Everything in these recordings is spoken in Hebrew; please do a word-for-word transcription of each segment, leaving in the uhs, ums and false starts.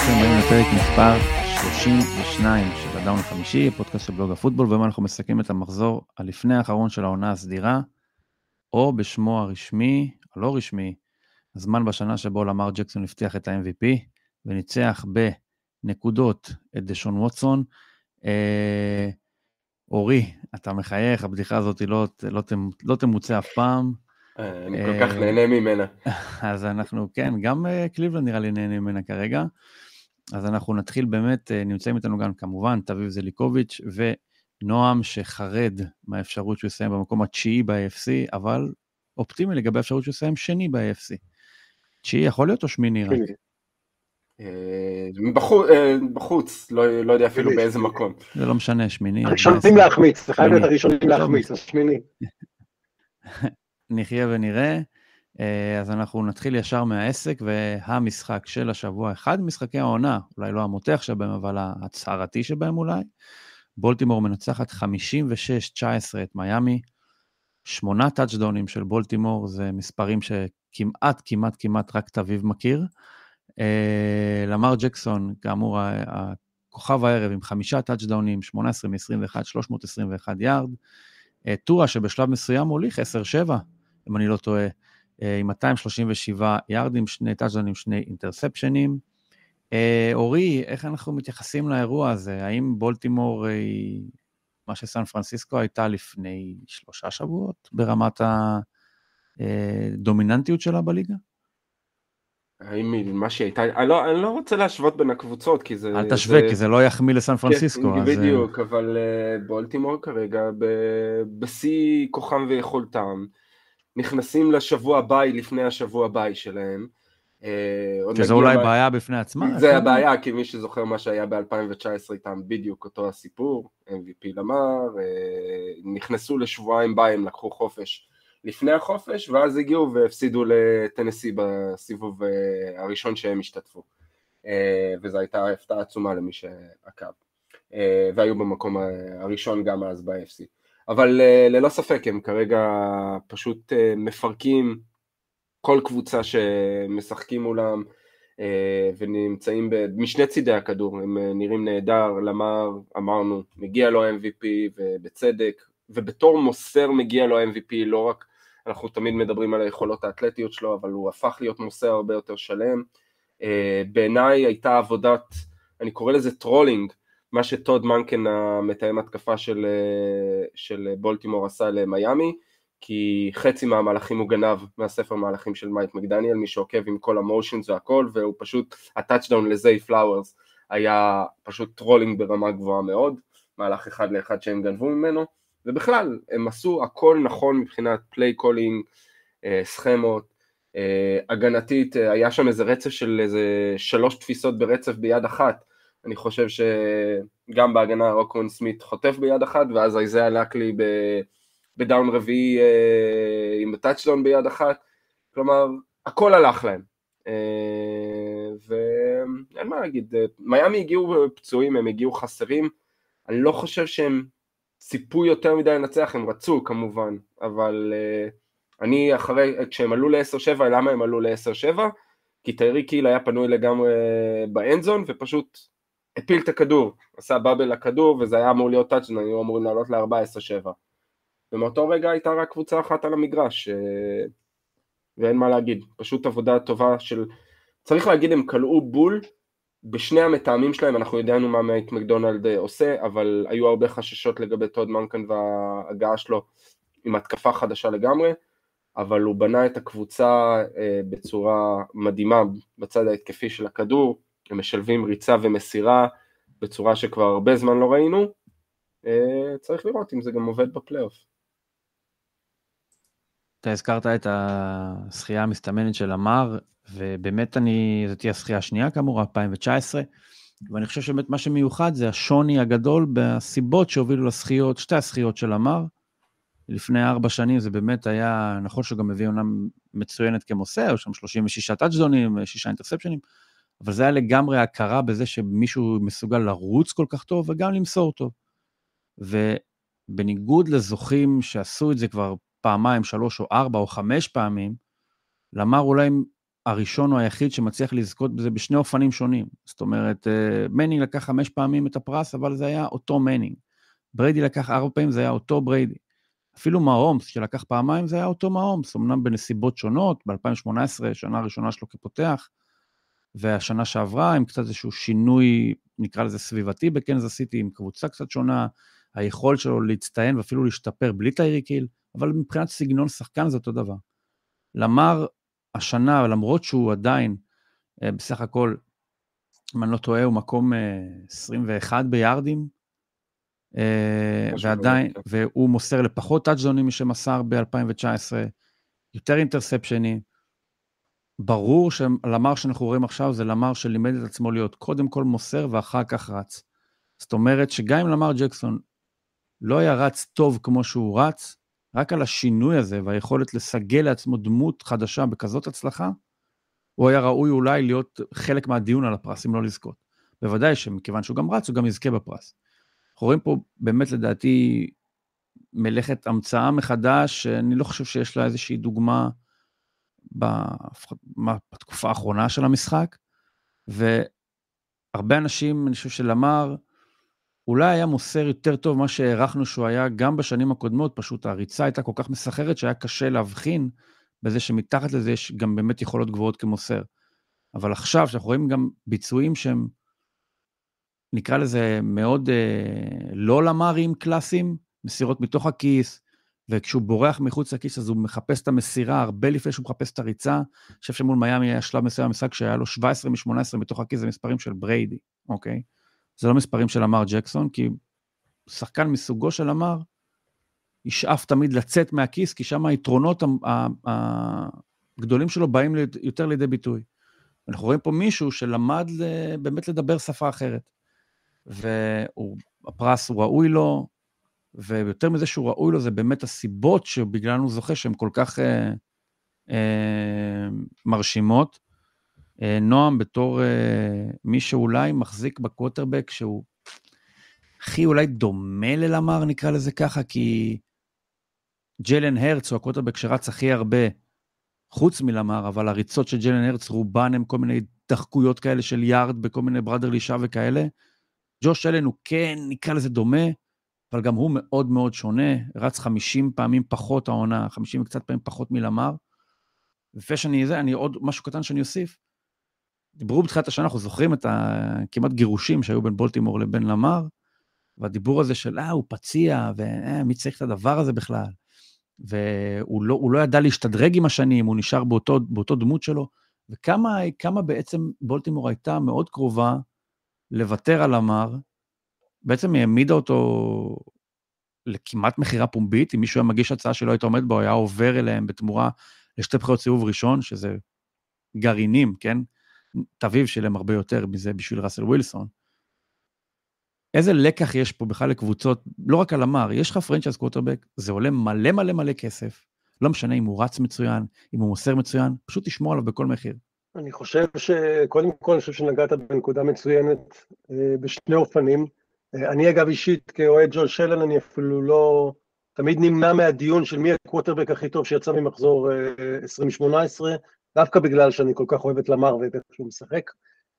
ברוכים הבאים לפרק מספר שלושים ושתיים של הדאון החמישי, פודקאסט של בלוג הפוטבול, ובו אנחנו מסכמים את המחזור הלפני האחרון של העונה הסדירה, או בשמו הרשמי, הלא רשמי, הזמן בשנה שבו למר ג'קסון הבטיח את ה-אם וי פי, וניצח בנקודות את דשון ווטסון. אה, אורי, אתה מחייך, הבדיחה הזאת לא, לא, לא תמוצא אף פעם. אני כל כך נהנה ממנה. אז אנחנו, כן, גם קליבלנד נראה לי נהנה ממנה כרגע. אז אנחנו נתחיל באמת, נמצאים איתנו גם כמובן, תביב זליקוביץ' ונועם שחרד מהאפשרות שהוא יסיים במקום התשיעי ב-איי אף סי, אבל אופטימי לגבי האפשרות שהוא יסיים שני ב-איי אף סי. תשיעי יכול להיות או שמיני רק? בחוץ, לא יודע אפילו באיזה מקום. זה לא משנה, שמיני. הראשונים להחמיץ, זה חייב להיות הראשונים להחמיץ, השמיני. נחיה ונראה. אז אנחנו נתחיל ישר מהעסק, והמשחק של השבוע, אחד משחקי העונה, אולי לא המותח שבהם, אבל ההצהרתי שבהם אולי, בולטימור מנצחת חמישים ושש תשע עשרה את מיאמי, שמונה טאצ'דאונים של בולטימור, זה מספרים שכמעט, כמעט, כמעט רק תביב מכיר, למר ג'קסון, כאמור, הכוכב הערב עם חמישה טאצ'דאונים, שמונה עשרה מ-עשרים ואחת, שלוש מאות עשרים ואחת יארד, טורה שבשלב מסוים הוליך עשר שבע, אם אני לא טועה, עם מאתיים שלושים ושבעה יארדים, שני טאצ'דאונים, שני אינטרספשנים. אורי, איך אנחנו מתייחסים לאירוע הזה? האם בולטימור היא מה שסן פרנסיסקו הייתה לפני שלושה שבועות, ברמת הדומיננטיות שלה בליגה? האם מה שהייתה, אני לא, אני לא רוצה להשוות בין הקבוצות, כי זה... אל תשווה, כי זה לא יחמיא לסן פרנסיסקו. כן, בדיוק, אבל בולטימור כרגע, בשיא כוחם ויכולתם, נכנסים לשבוע הבא לפני השבוע הבא שלהם. שזה אולי בעיה בפני עצמה? זה הבעיה, כי מי שזוכר מה שהיה ב-אלפיים תשע עשרה איתם בדיוק אותו הסיפור, אם וי פי למר, נכנסו לשבועיים בהם, לקחו חופש לפני החופש, ואז הגיעו והפסידו לטנסי בסיבוב הראשון שהם השתתפו. וזו הייתה הפתעה עצומה למי שעקב. והיו במקום הראשון גם אז ב-איי אף סי. אבל ללא ספק הם כרגע פשוט מפרקים כל קבוצה שמשחקים מולם ונמצאים משני צידי הכדור, הם נראים נהדר, למר, אמרנו, מגיע לו אם וי פי ובצדק, ובתור מוסר מגיע לו אם וי פי, לא רק, אנחנו תמיד מדברים על היכולות האתלטיות שלו, אבל הוא הפך להיות מוסר הרבה יותר שלם. בעיניי הייתה עבודת, אני קורא לזה טרולינג, מה שטוד מנקן המתאם התקפה של, של בולטימור עשה למיאמי, כי חצי מהמהלכים הוא גנב מהספר מהלכים של מייק מקדניאל, מי שעוקב עם כל המושנס והכל, והוא פשוט, הטאצ'דאון לזיי פלאוורס היה פשוט טרולינג ברמה גבוהה מאוד, מהלך אחד לאחד שהם גנבו ממנו, ובכלל הם עשו הכל נכון מבחינת פליי קולינג, סכמות, הגנתית, היה שם איזה רצף של איזה שלוש תפיסות ברצף ביד אחת, אני חושב שגם בהגנה רוקוון סמית חוטף ביד אחת, ואז איזיה לקלי ב... בדאון רביעי אה, עם הטאצ'דאון ביד אחת, כלומר, הכל הלך להם. אה, ואין מה להגיד, מיאמי הגיעו פצועים, הם הגיעו חסרים, אני לא חושב שהם ציפו יותר מדי לנצח, הם רצו כמובן, אבל אה, אני אחרי, כשהם עלו ל-עשר שבע, למה הם עלו ל-עשר שבע? כי טיירי קיל היה פנוי לגמרי באנזון, ופשוט הפיל את הכדור, עשה בבל לכדור, וזה היה אמור להיות טאצ'דאון, היו אמורים לעלות ל-ארבע עשרה שבע. ומאותו רגע הייתה רק קבוצה אחת על המגרש, ואין מה להגיד, פשוט עבודה טובה של, צריך להגיד, הם קלעו בול, בשני המטעמים שלהם, אנחנו ידענו מה מייק מקדונלד עושה, אבל היו הרבה חששות לגבי טוד מנקן וההגעה שלו, עם התקפה חדשה לגמרי, אבל הוא בנה את הקבוצה בצורה מדהימה, בצד ההתקפי של הכדור, הם משלבים ריצה ומסירה, בצורה שכבר הרבה זמן לא ראינו, צריך לראות אם זה גם עובד בפלייאוף. אתה הזכרת את השחייה המסתמנת של אמר, ובאמת אני, זאת תהיה השחייה השנייה כאמור, אלפיים תשע עשרה, ואני חושב שבאמת מה שמיוחד זה השוני הגדול בסיבות שהובילו לשחיות, שתי השחיות של אמר, לפני ארבע שנים זה באמת היה, נכון שגם הביא עונה מצוינת כמוסר, שם שלושים ושש טאצ'דאונים, שישה אינטרספשנים, אבל זה היה לגמרי הכרה בזה שמישהו מסוגל לרוץ כל כך טוב, וגם למסור טוב. ובניגוד לזוכים שעשו את זה כבר פעמיים, שלוש או ארבע או חמש פעמים, למר אולי הראשון או היחיד שמצליח לזכות בזה בשני אופנים שונים. זאת אומרת, מנינג לקח חמש פעמים את הפרס, אבל זה היה אותו מנינג. בריידי לקח ארבע פעמים, זה היה אותו בריידי. אפילו מהומס שלקח פעמיים, זה היה אותו מהומס, אמנם בנסיבות שונות, ב-אלפיים שמונה עשרה, שנה הראשונה שלו כפותח, והשנה שעברה, עם קצת איזשהו שינוי, נקרא לזה סביבתי בקנזס סיטי, עם קבוצה קצת שונה, היכולת שלו להצטיין ואפילו להשתפר בלי טייריק היל, אבל מבחינת סגנון שחקן זה אותו דבר. למר השנה, למרות שהוא עדיין, בסך הכל, אם אני לא טועה, הוא מקום עשרים ואחת ביארדים, ועדיין, והוא מוסר לפחות טאצ'דאונים משמסר ב-אלפיים תשע עשרה, יותר אינטרספשנים, ברור שלמר שאנחנו רואים עכשיו, זה למר שלימד את עצמו להיות קודם כל מוסר ואחר כך רץ. זאת אומרת שגם אם למר ג'קסון לא היה רץ טוב כמו שהוא רץ, רק על השינוי הזה והיכולת לסגל לעצמו דמות חדשה בכזאת הצלחה, הוא היה ראוי אולי להיות חלק מהדיון על הפרס, אם לא לזכות. בוודאי שמכיוון שהוא גם רץ, הוא גם יזכה בפרס. אנחנו רואים פה באמת לדעתי מלאכת המצאה מחדש, שאני לא חושב שיש לה איזושהי דוגמה בתקופה האחרונה של המשחק, והרבה אנשים, אני חושב שלמר, אולי היה מוסר יותר טוב מה שהערכנו שהוא היה גם בשנים הקודמות, פשוט הריצה הייתה כל כך מסחרת שהיה קשה להבחין בזה שמתחת לזה יש גם באמת יכולות גבוהות כמוסר. אבל עכשיו שאנחנו רואים גם ביצועים שהם, נקרא לזה מאוד אה, לא למרים קלאסיים, מסירות מתוך הכיס, וכשהוא בורח מחוץ לכיס אז הוא מחפש את המסירה הרבה לפני שהוא מחפש את הריצה. אני חושב שמול מיאמי היה שלב מסוים במשחק שהיה לו שבע עשרה משמונה עשרה מתוך הכיס, זה מספרים של בריידי, אוקיי? זה לא מספרים של למר ג'קסון, כי שחקן מסוגו של למר ישאף תמיד לצאת מהכיס, כי שם היתרונות הגדולים שלו באים יותר לידי ביטוי. אנחנו רואים פה מישהו שלמד באמת לדבר שפה אחרת, והפרס הוא ראוי לו, ויותר מזה שהוא ראוי לו, זה באמת הסיבות שבגלל הוא זוכה שהן כל כך אה, אה, מרשימות. אה, נועם בתור אה, מי שאולי מחזיק בקווטרבק, שהוא הכי אולי דומה ללמר, נקרא לזה ככה, כי ג'יילן הרץ הוא הקווטרבק שרץ הכי הרבה, חוץ מלמר, אבל הריצות של ג'יילן הרץ רובן הם כל מיני דחקויות כאלה של יארד, בכל מיני ברדר לישה וכאלה. ג'וש אלן הוא כן, נקרא לזה דומה, אבל גם הוא מאוד מאוד שונה, רץ חמישים פעמים פחות העונה, חמישים וקצת פעמים פחות מלמר, ופשני זה, אני עוד משהו קטן שאני אוסיף, דיברו בתחילת השנה, אנחנו זוכרים את הכמעט גירושים שהיו בין בולטימור לבין למר, והדיבור הזה של, אה, הוא פציע, ומי צריך את הדבר הזה בכלל, והוא לא, הוא לא ידע להשתדרג עם השנים, הוא נשאר באותו, באותו דמות שלו, וכמה כמה בעצם בולטימור הייתה מאוד קרובה לוותר על למר, בעצם היא העמידה אותו לכמעט מחירה פומבית, אם מישהו היה מגיש הצעה שלא הייתה עומד בו, היה עובר אליהם בתמורה לשתי בחירות סיבוב ראשון, שזה גרעינים, כן? תביב שלהם הרבה יותר מזה בשביל ראסל ווילסון. איזה לקח יש פה בכלל לקבוצות, לא רק על אמר, יש לך פרנצ'ייז קווטרבק, זה עולה מלא מלא מלא כסף, לא משנה אם הוא רץ מצוין, אם הוא מוסר מצוין, פשוט תשמור עליו בכל מחיר. אני חושב שקודם כל, אני חושב שנגעת בנקודה מצוינת בשני אופנים. אני אגב אישית כאוהד ג'וש אלן, אני אפילו לא, תמיד נמנע מהדיון של מי הקווטרבק הכי טוב שיצא ממחזור עשרים שמונה עשרה, דווקא בגלל שאני כל כך אוהב את למר ואת איך שהוא משחק.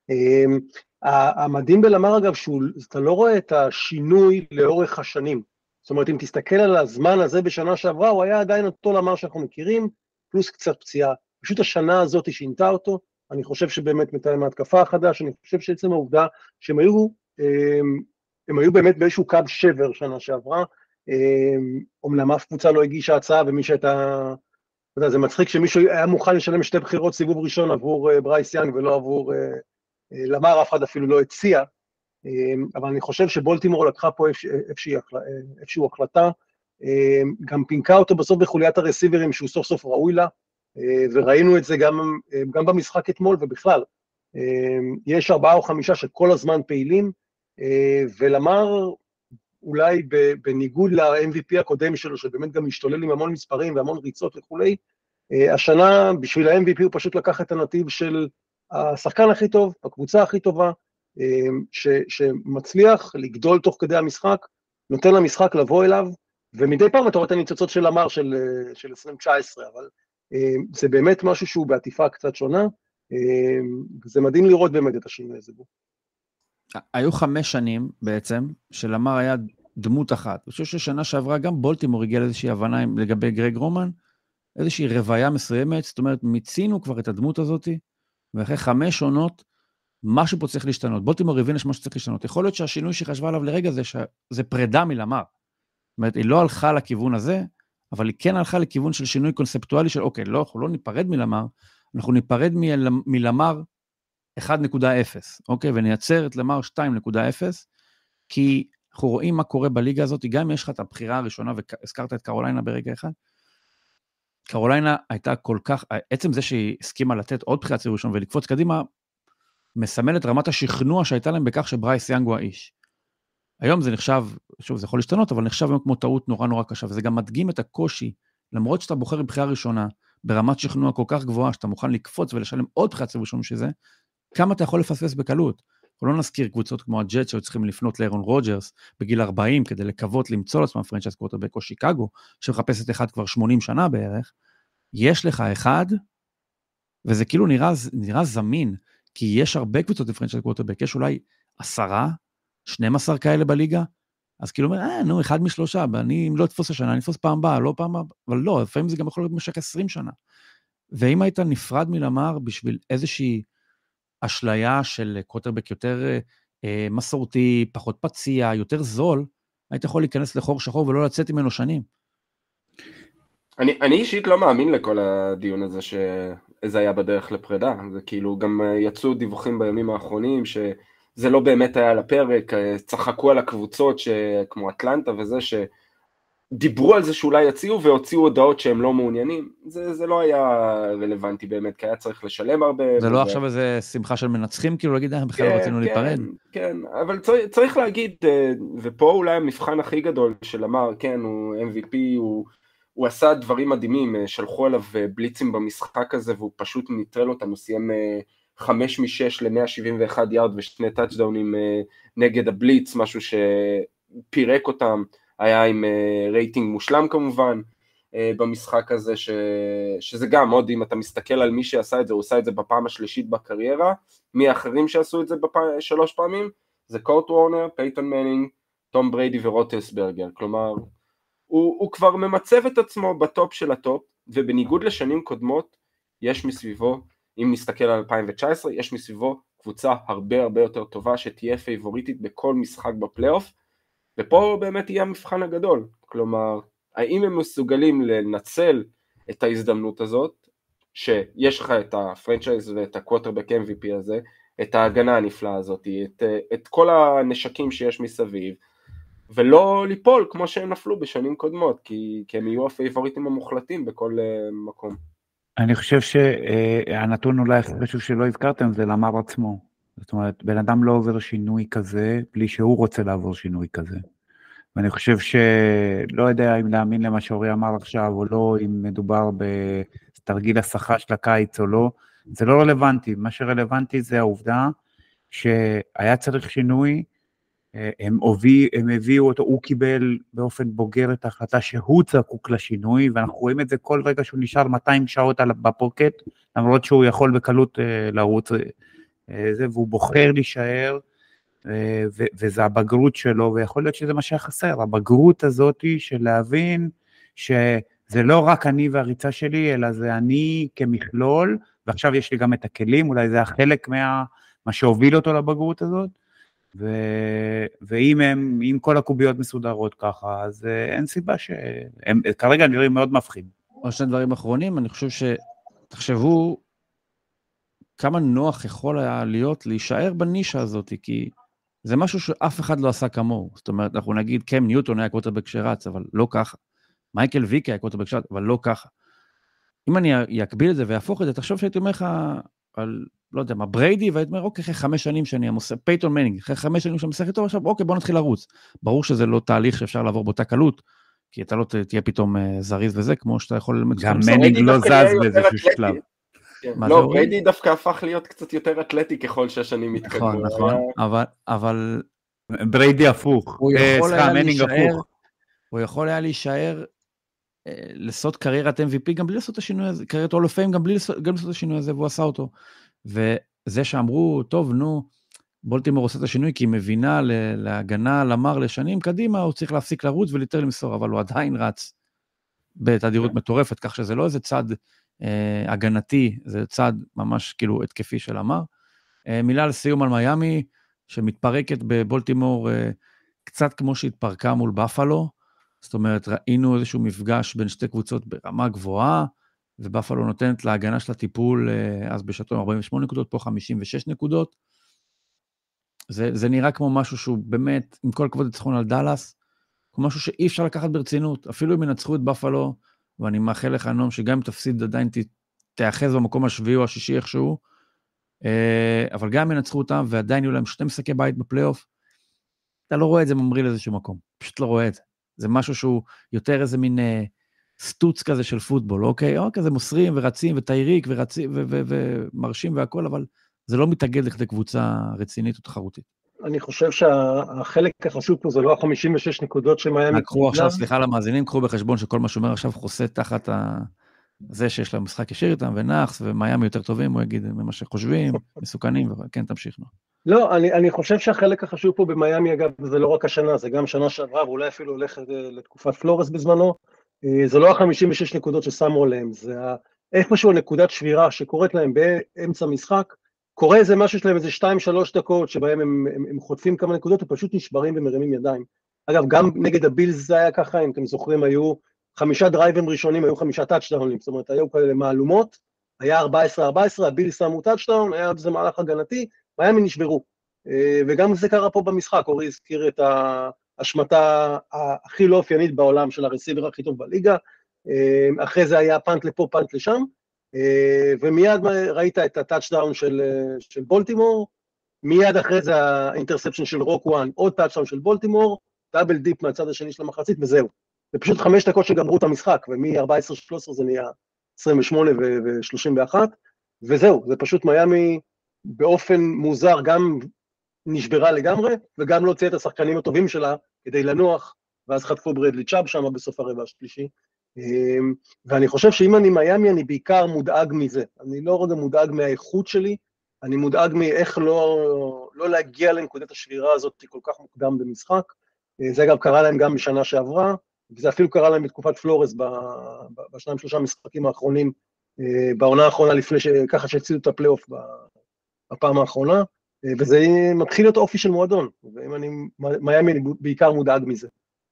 המדהים בלמר אגב, שאתה לא רואה את השינוי לאורך השנים. זאת אומרת, אם תסתכל על הזמן הזה בשנה שעברה, הוא היה עדיין אותו למר שאנחנו מכירים, פלוס קצת פציעה. פשוט השנה הזאת היא שינתה אותו, אני חושב שבאמת מתאם ההתקפה החדש, אני חושב שעצם העובדה שהם היו, הם היו באמת באיזשהו קו שבר שנה שעברה, אומנם אף קבוצה לא הגישה הצעה, ומי שהייתה, זה מצחיק שמישהו היה מוכן לשלם שתי בחירות סיבוב ראשון עבור ברייס יאנג ולא עבור למר, אף אחד אפילו לא הציע, אבל אני חושב שבולטימור לקחה פה איזושהי החלטה, גם פינקה אותו בסוף בחוליית הרסיברים שהוא סוף סוף ראוי לה, וראינו את זה גם, גם במשחק אתמול ובכלל. יש ארבעה או חמישה שכל הזמן פעילים, ולמר אולי בניגוד ל-אם וי פי הקודם שלו, שבאמת גם משתולל עם המון מספרים והמון ריצות וכולי, השנה בשביל ה-אם וי פי הוא פשוט לקח את הנתיב של השחקן הכי טוב, הקבוצה הכי טובה, ש, שמצליח לגדול תוך כדי המשחק, נותן למשחק לבוא אליו, ומדי פעם אתה רואה את הניצוצות של למר של, של עשרים תשע עשרה, אבל זה באמת משהו שהוא בעטיפה קצת שונה, זה מדהים לראות באמת את השינוי הזה בו. היו חמש שנים בעצם, שלמר היה דמות אחת. אני חושב ששנה שעברה גם בולטימור הגיע לאיזושהי הבנה לגבי גרג רומן, איזושהי רוויה מסוימת, זאת אומרת, מיצינו כבר את הדמות הזאת, ואחרי חמש עונות, משהו פה צריך להשתנות. בולטימור הבין שמשהו שצריך להשתנות. יכול להיות שהשינוי שחשבה עליו לרגע זה, שזה פרידה מלמר. זאת אומרת, היא לא הלכה לכיוון הזה, אבל היא כן הלכה לכיוון של שינוי קונספטואלי של, אוקיי, לא, אנחנו לא ניפרד מלמר, אנחנו ניפרד מלמר אחת נקודה אפס, אוקיי? ונייצר את למר שתיים נקודה אפס, כי אנחנו רואים מה קורה בליגה הזאת, גם אם יש לך את הבחירה הראשונה, והזכרת את קרוליינה ברגע אחד, קרוליינה הייתה כל כך, עצם זה שהיא הסכימה לתת עוד בחירת סיבוב ראשון ולקפוץ קדימה, מסמל את רמת השכנוע שהייתה להם בכך שברייס יאנג הוא האיש. היום זה נחשב, שוב, זה יכול להשתנות, אבל נחשב כמו טעות נורא נורא קשה, וזה גם מדגים את הקושי, למרות שאתה בוחר בבחירה ראשונה, ברמת שכנוע כל כך גבוהה, שאתה מוכן לקפוץ ולשלם עוד בחירת סיבוב ראשון שזה, כמה אתה יכול לפספס בקלות. אנחנו לא נזכיר קבוצות כמו הג'ט שהיו צריכים לפנות לאירון רוג'רס בגיל ארבעים, כדי לקוות למצוא לעצמם פרנצ'ייז קוורטרבק או שיקגו, שמחפשת אחד כבר שמונים שנה בערך, יש לך אחד, וזה כאילו נראה, נראה זמין, כי יש הרבה קבוצות לפרנצ'ייז קוורטרבק, יש אולי עשרה, שנים עשר כאלה בליגה, אז כאילו אומר, אה, נו, אחד משלושה, ואני אם לא אתפוס השנה, אני אתפוס פעם הבאה, לא פעם הבאה, אבל לא, לפעמים זה גם יכול להיות במשך עשרים שנה. ואם היית נפרד מלמר בשביל איזושהי אשליה של קוטרבק יותר אה, מסורתי, פחות פציע, יותר זול, היית יכול להיכנס לחור שחור ולא לצאת ממנו שנים. אני, אני אישית לא מאמין לכל הדיון הזה שזה היה בדרך לפרידה, זה כאילו גם יצאו דיווחים בימים האחרונים שזה לא באמת היה על הפרק, צחקו על הקבוצות כמו אטלנטה וזה שדיברו על זה שאולי יציעו והוציאו הודעות שהם לא מעוניינים, זה, זה לא היה רלוונטי באמת, כי היה צריך לשלם הרבה. זה וזה... לא עכשיו איזה שמחה של מנצחים, כאילו להגיד, אה, בכלל כן, רצינו כן, להיפרד. כן, אבל צריך, צריך להגיד, ופה אולי המבחן הכי גדול של אמר, כן, הוא אם וי פי, הוא... הוא עשה דברים מדהימים, שלחו עליו בליצים במשחק הזה, והוא פשוט ניטרל אותם, הוא סיים חמש משש ל-מאה שבעים ואחד יארד, ושני טאצ'דאונים נגד הבליץ, משהו שפירק אותם, היה עם רייטינג מושלם כמובן, במשחק הזה, ש... שזה גם עוד, אם אתה מסתכל על מי שעשה את זה, הוא עשה את זה בפעם השלישית בקריירה, מי האחרים שעשו את זה בפעם, שלוש פעמים, זה קורט וורנר, פייטון מנינג, תום בריידי ורוטלסברגר, כלומר, הוא, הוא כבר ממצב את עצמו בטופ של הטופ, ובניגוד לשנים קודמות, יש מסביבו, אם נסתכל על אלפיים תשע עשרה, יש מסביבו קבוצה הרבה הרבה יותר טובה, שתהיה פייבוריטית בכל משחק בפלייאוף, ופה באמת יהיה המבחן הגדול, כלומר, האם הם מסוגלים לנצל את ההזדמנות הזאת, שיש לך את הפרנצ'ייז ואת הקווטרבק אם וי פי הזה, את ההגנה הנפלאה הזאת, את, את כל הנשקים שיש מסביב, ולא ליפול כמו שהם נפלו בשנים קודמות, כי, כי הם יהיו הפייבוריטים המוחלטים בכל uh, מקום. אני חושב שהנתון אולי הכי חשוב שלא הזכרתם זה למר עצמו. זאת אומרת, בן אדם לא עובר שינוי כזה, בלי שהוא רוצה לעבור שינוי כזה. ואני חושב שלא יודע אם להאמין למה שאורי אמר עכשיו, או לא, אם מדובר בתרגיל השכר של הקיץ או לא, זה לא רלוונטי. מה שרלוונטי זה העובדה שהיה צריך שינוי, הם, הוביא, הם הביאו אותו, הוא קיבל באופן בוגר את ההחלטה שהוא צעקוק לשינוי, ואנחנו רואים את זה כל רגע שהוא נשאר מאתיים שעות בפוקט, למרות שהוא יכול בקלות uh, לרוץ, uh, זה, והוא בוחר להישאר, uh, ו- וזה הבגרות שלו, ויכול להיות שזה מה שחסר, הבגרות הזאת של להבין שזה לא רק אני והריצה שלי, אלא זה אני כמכלול, ועכשיו יש לי גם את הכלים, אולי זה החלק מה, מה שהוביל אותו לבגרות הזאת, ו... ואם הם, אם כל הקוביות מסודרות ככה, אז אין סיבה שהם כרגע נראים מאוד מפחיד. עוד שני דברים אחרונים, אני חושב שתחשבו כמה נוח יכול היה להיות להישאר בנישה הזאת, כי זה משהו שאף אחד לא עשה כמוהו. זאת אומרת, אנחנו נגיד, קם ניוטון היה קווטרבק שרץ, אבל לא ככה. מייקל ויק היה קווטרבק שרץ, אבל לא ככה. אם אני אקביל את זה ויהפוך את זה, תחשוב שהייתי אומר לך על... לא יודע מה, בריידי, והייתי אומר, אוקיי, אחרי חמש שנים שאני עושה, פייטון מנינג, אחרי חמש שנים שאני מסך איתו, עכשיו, אוקיי, בוא נתחיל לרוץ. ברור שזה לא תהליך שאפשר לעבור באותה קלות, כי אתה לא תהיה פתאום זריז וזה, כמו שאתה יכול... גם מנינג לא זז באיזשהו שלב. לא, בריידי דווקא הפך להיות קצת יותר אתלטי ככל שהשנים מתקדמו. נכון, נכון, אבל... בריידי הפוך. הוא יכול היה להישאר לעשות קריירת אם וי פי, גם בלי לעשות את השינוי הזה, קריירת אול אוף פיים, גם בלי לעשות את השינוי הזה, והוא עשה אותו. וזה שאמרו, טוב, נו, בולטימור עושה את השינוי, כי היא מבינה להגנה למר לשנים קדימה, הוא צריך להפסיק לרוץ וליותר למסור, אבל הוא עדיין רץ בתדירות מטורפת, כך שזה לא איזה צד אה, הגנתי, זה צד ממש כאילו התקפי של המר. אה, מילה לסיום על מיאמי, שמתפרקת בבולטימור, אה, קצת כמו שהתפרקה מול בפלו, זאת אומרת, ראינו איזשהו מפגש בין שתי קבוצות ברמה גבוהה, ובפלו נותנת להגנה של הטיפול, אה, אז בשעתו ארבעים ושמונה נקודות, פה חמישים ושש נקודות, זה, זה נראה כמו משהו שהוא באמת, עם כל כבוד ניצחון על דלס, כמו משהו שאי אפשר לקחת ברצינות, אפילו אם ינצחו את בפלו, ואני מאחל לך נום, שגם אם תפסיד עדיין תאחז במקום השביעי או השישי איכשהו, אבל גם אם ינצחו אותם, ועדיין יהיו להם שתי משחקי בית בפלייאוף, אתה לא רואה את זה ממריא לאיזשהו מקום, פשוט לא רואה את זה. זה משהו שהוא יותר איזה מין סטוץ כזה של פוטבול, אוקיי? או כזה מוסרים ורצים וטייריק ורצים ומרשים והכל, אבל זה לא מתאגד לכדי קבוצה רצינית או תחרותית. אני חושב שהחלק החשוב פה זה לא ה-חמישים ושש נקודות שמיאמי... קחו עכשיו, סליחה למאזינים, קחו בחשבון שכל מה שאומר עכשיו חוסה תחת זה שיש להם משחק ישיר איתם, ונאחס, ומיאמי יותר טובים, הוא יגיד ממה שחושבים, מסוכנים, וכן, תמשיכנו. לא, אני, אני חושב שהחלק החשוב פה במיאמי, אגב, זה לא רק השנה, זה גם שנה שעברה, ואולי אפילו הולך לתקופת פלורס בזמנו, זה לא ה-חמישים ושש נקודות ששמו עליהם, זה איפשהו נקודת שבירה שקורית להם באמצע משחק, קורה איזה משהו שלהם, איזה שתיים, שלוש דקות, שבהם הם, הם, הם חוטפים כמה נקודות, ופשוט נשברים ומרימים ידיים. אגב, גם נגד הבילס זה היה ככה, אם אתם זוכרים, היו חמישה דרייבים ראשונים, היו חמישה טאצ'דאונים, זאת אומרת, היו כאלה מהלומות, היה ארבע עשרה ארבע עשרה, הבילס שמו טאצ'דאון, היה איזה מהלך הגנתי, מיאמי נשברו. וגם זה קרה פה במשחק, אורי הזכיר את ההשמטה הכי לא אופיינית בעולם של הרסיבר הכי טוב בליגה, אחרי זה היה פאנט לפה, פאנט לשם, ומיד ראית את הטאצ'דאון של, של בולטימור, מיד אחרי זה האינטרספשן של רוק וואן, עוד טאצ'דאון של בולטימור, דאבל דיפ מהצד השני של המחצית, וזהו. זה פשוט חמש דקות שגמרו את המשחק, ומ-ארבע עשרה שלוש עשרה זה נהיה עשרים ושמונה ו-שלושים ואחת, וזהו, זה פשוט מיאמי באופן מוזר גם נשברה לגמרי, וגם לא הוציאה את השחקנים הטובים שלה כדי לנוח, ואז חטפו ברדלי צ'אב שם בסוף הרבע השלישי. ואני חושב שאם אני מיאמי, אני בעיקר מודאג מזה. אני לא רגע מודאג מהאיכות שלי, אני מודאג מאיך לא, לא להגיע לנקודת השבירה הזאת כל כך מוקדם במשחק. זה אגב קרה להם גם בשנה שעברה, וזה אפילו קרה להם בתקופת פלורס בשניים שלושה משחקים האחרונים, בעונה האחרונה לפני שככה שהצידו את הפלייאוף בפעם האחרונה, וזה מתחיל להיות אופי של מועדון, ואם אני, מיאמי אני בעיקר מודאג מזה.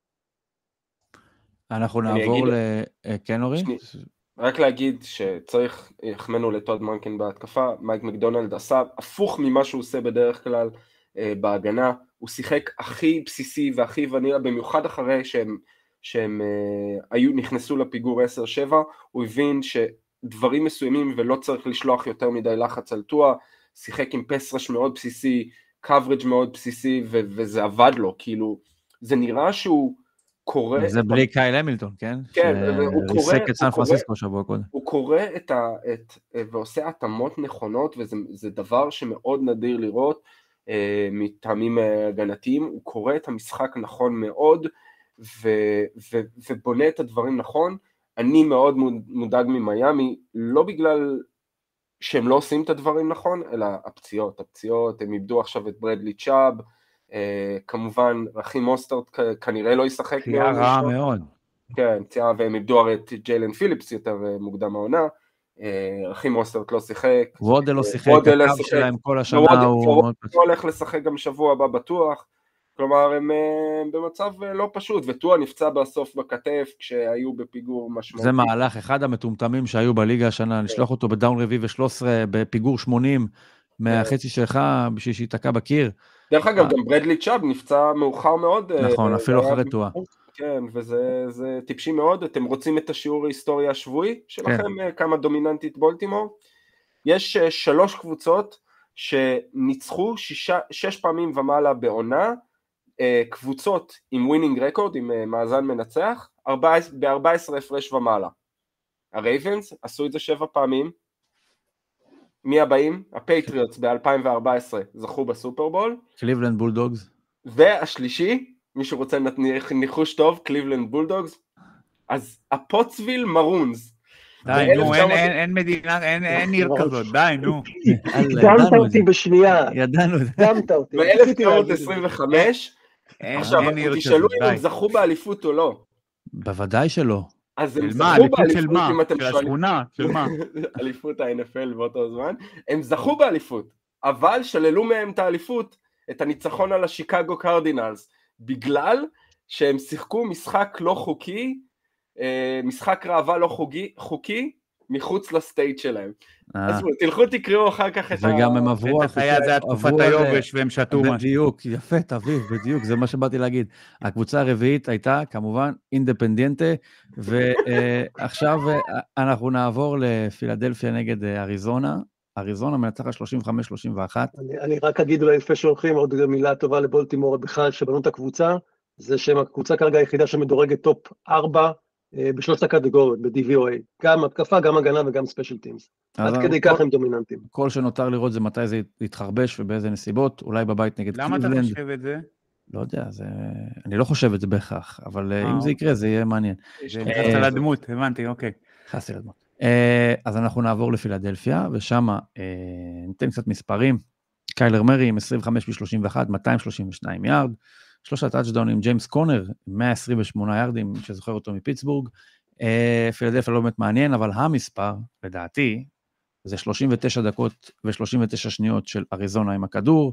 אנחנו נעבור ל... כן, אורי? רק להגיד שצריך, יחמנו לטוד מנקין בהתקפה, מייק מקדונלד עשה הפוך ממה שהוא עושה בדרך כלל בהגנה, הוא שיחק הכי בסיסי והכי ונילה, במיוחד אחרי שהם, שהם היו, נכנסו לפיגור עשר שבע, הוא הבין שדברים מסוימים ולא צריך לשלוח יותר מדי לחץ על טועה, שיחק עם פסרש מאוד בסיסי, קאברג' מאוד בסיסי, ו- וזה עבד לו, כאילו, זה נראה שהוא קורא... זה בלי קייל המילטון, כן? כן, הוא קורא... ריסק את סן פרנסיסקו שבוע קודם. הוא קורא את ה... את, ועושה התאמות נכונות, וזה דבר שמאוד נדיר לראות, אה, מטעמים הגנתיים, הוא קורא את המשחק נכון מאוד, ו, ו, ובונה את הדברים נכון. אני מאוד מודאג ממיאמי, לא בגלל... שהם לא עושים את הדברים נכון, אלא הפציעות, הפציעות, הם איבדו עכשיו את ברדלי צ'אב, אה, כמובן רכים מוסטרט כנראה לא ישחק. פציעה רעה מאוד. כן, פציעה, והם איבדו הרי את ג'יילן פיליפס יותר מוקדם העונה, אה, רכים מוסטרט לא שיחק. וודל לא שיחק, הקו שלהם כל השנה הוא... וודל לא הולך לשחק גם שבוע הבא בטוח, כלומר הם במצב לא פשוט, וטועה נפצע בסוף בכתף כשהיו בפיגור משמעותי. זה מהלך, אחד המטומטמים שהיו בליגה השנה, לשלוח אותו בדאון רביעי ו-שלוש עשרה בפיגור שמונים מהחצי שלך בשביל שיתקע בקיר. דרך אגב, גם ברדלי צ'אב נפצע מאוחר מאוד. נכון, אפילו אחרי טועה. כן, וזה טיפשי מאוד. אתם רוצים את השיעור ההיסטוריה השבועי שלכם, כמה דומיננטית בולטימור? יש שלוש קבוצות שניצחו שש פעמים ומעלה בעונה, קבוצות עם ווינינג רקורד, עם מאזן מנצח, ב-ארבע עשרה הפרש ומעלה. הרייבנס עשו את זה שבע פעמים, מי הבאים? הפייטריוטס ב-אלפיים וארבע עשרה זכו בסופרבול. קליבלנד בולדוגס. והשלישי, מי שרוצה ניחוש טוב, קליבלנד בולדוגס, אז הפוטסוויל מרונס, די, נו, אין מדינה, אין עיר כזאת, די, נו. הקדמת אותי בשנייה. ידענו. הקדמת אותי. ב-אלף תשע מאות עשרים וחמש, עכשיו, תשאלו אם הם זכו באליפות או לא. בוודאי שלא. אז הם של מה? זכו אליפות של באליפות, מה? אם אתם של שואלים. השכונה? של מה? אליפות ה-אן אף אל באותו זמן. הם זכו באליפות, אבל שללו מהם את האליפות, את הניצחון על השיקגו קרדינלס, בגלל שהם שיחקו משחק לא חוקי, משחק ראווה לא חוקי, חוקי, מחוץ לסטייט שלהם. אז תלכו תקראו אחר כך את ה... וגם הם עברו... בטח היה, זה היה תקופת היובש והם שתו משהו. בדיוק, יפה, תביב, בדיוק, זה מה שבאתי להגיד. הקבוצה הרביעית הייתה כמובן אינדפנדיאנטה, ועכשיו אנחנו נעבור לפילדלפיה נגד אריזונה. אריזונה מנצחת שלושים וחמש שלושים ואחת. אני רק אגיד אולי לפני שהולכים עוד מילה טובה לבולטימור בכלל שבנו את הקבוצה, זה שהם הקבוצה כרגע היחידה שמדורגת טופ ארבע, בשלושת הקטגוריות, ב-די וי או איי, גם התקפה, גם הגנה וגם ספיישל טימס. עד כדי כך הם דומיננטים. כל שנותר לראות זה מתי זה יתחרבש ובאיזה נסיבות, אולי בבית נגד קליבלנד. למה אתה חושב את זה? לא יודע, אני לא חושב את זה בהכרח, אבל אם זה יקרה זה יהיה מעניין. זה נכנס על הדמות, הבנתי, אוקיי. נכנס על הדמות. אז אנחנו נעבור לפילדלפיה, ושם ניתן קצת מספרים. קיילר מרי עם עשרים וחמש ב-שלושים ואחת, מאתיים שלושים ושניים יארד, שלושה טאצ'דאונים, ג'יימס קונר, מאה עשרים ושמונה יארדים, שזוכר אותו מפיטסבורג. פילדלפיה לא באמת מעניין, אבל המספר, לדעתי, זה שלושים ותשע דקות ו-שלושים ותשע שניות של אריזונה עם הכדור,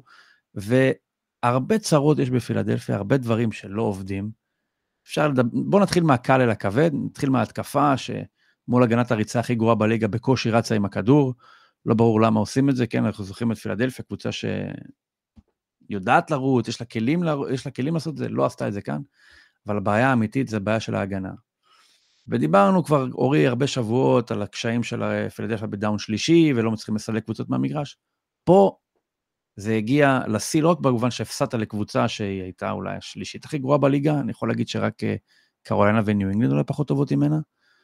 והרבה צרות יש בפילדלפיה, הרבה דברים שלא עובדים. אפשר לדבר, בואו נתחיל מהקל אל הכבד, נתחיל מההתקפה, שמול הגנת הריצה הכי גרועה בליגה, בקושי רצה עם הכדור, לא ברור למה עושים את זה, כן, אנחנו זוכרים את פילדלפיה, קבוצה ש... יודעת לרוץ, יש לה כלים, יש לה כלים לעשות את זה, לא עשתה את זה כאן, אבל הבעיה האמיתית זה הבעיה של ההגנה. ודיברנו כבר, אורי, הרבה שבועות על הקשיים של פילדלפיה בדאון שלישי, ולא מצליחים לסלק קבוצות מהמגרש. פה זה הגיע לשיא, לא רק במובן שהפסדת לקבוצה שהיא הייתה אולי השלישית הכי גרועה בליגה, אני יכול להגיד שרק קרוליינה וניו אינגלנד אולי פחות טובות ממנה,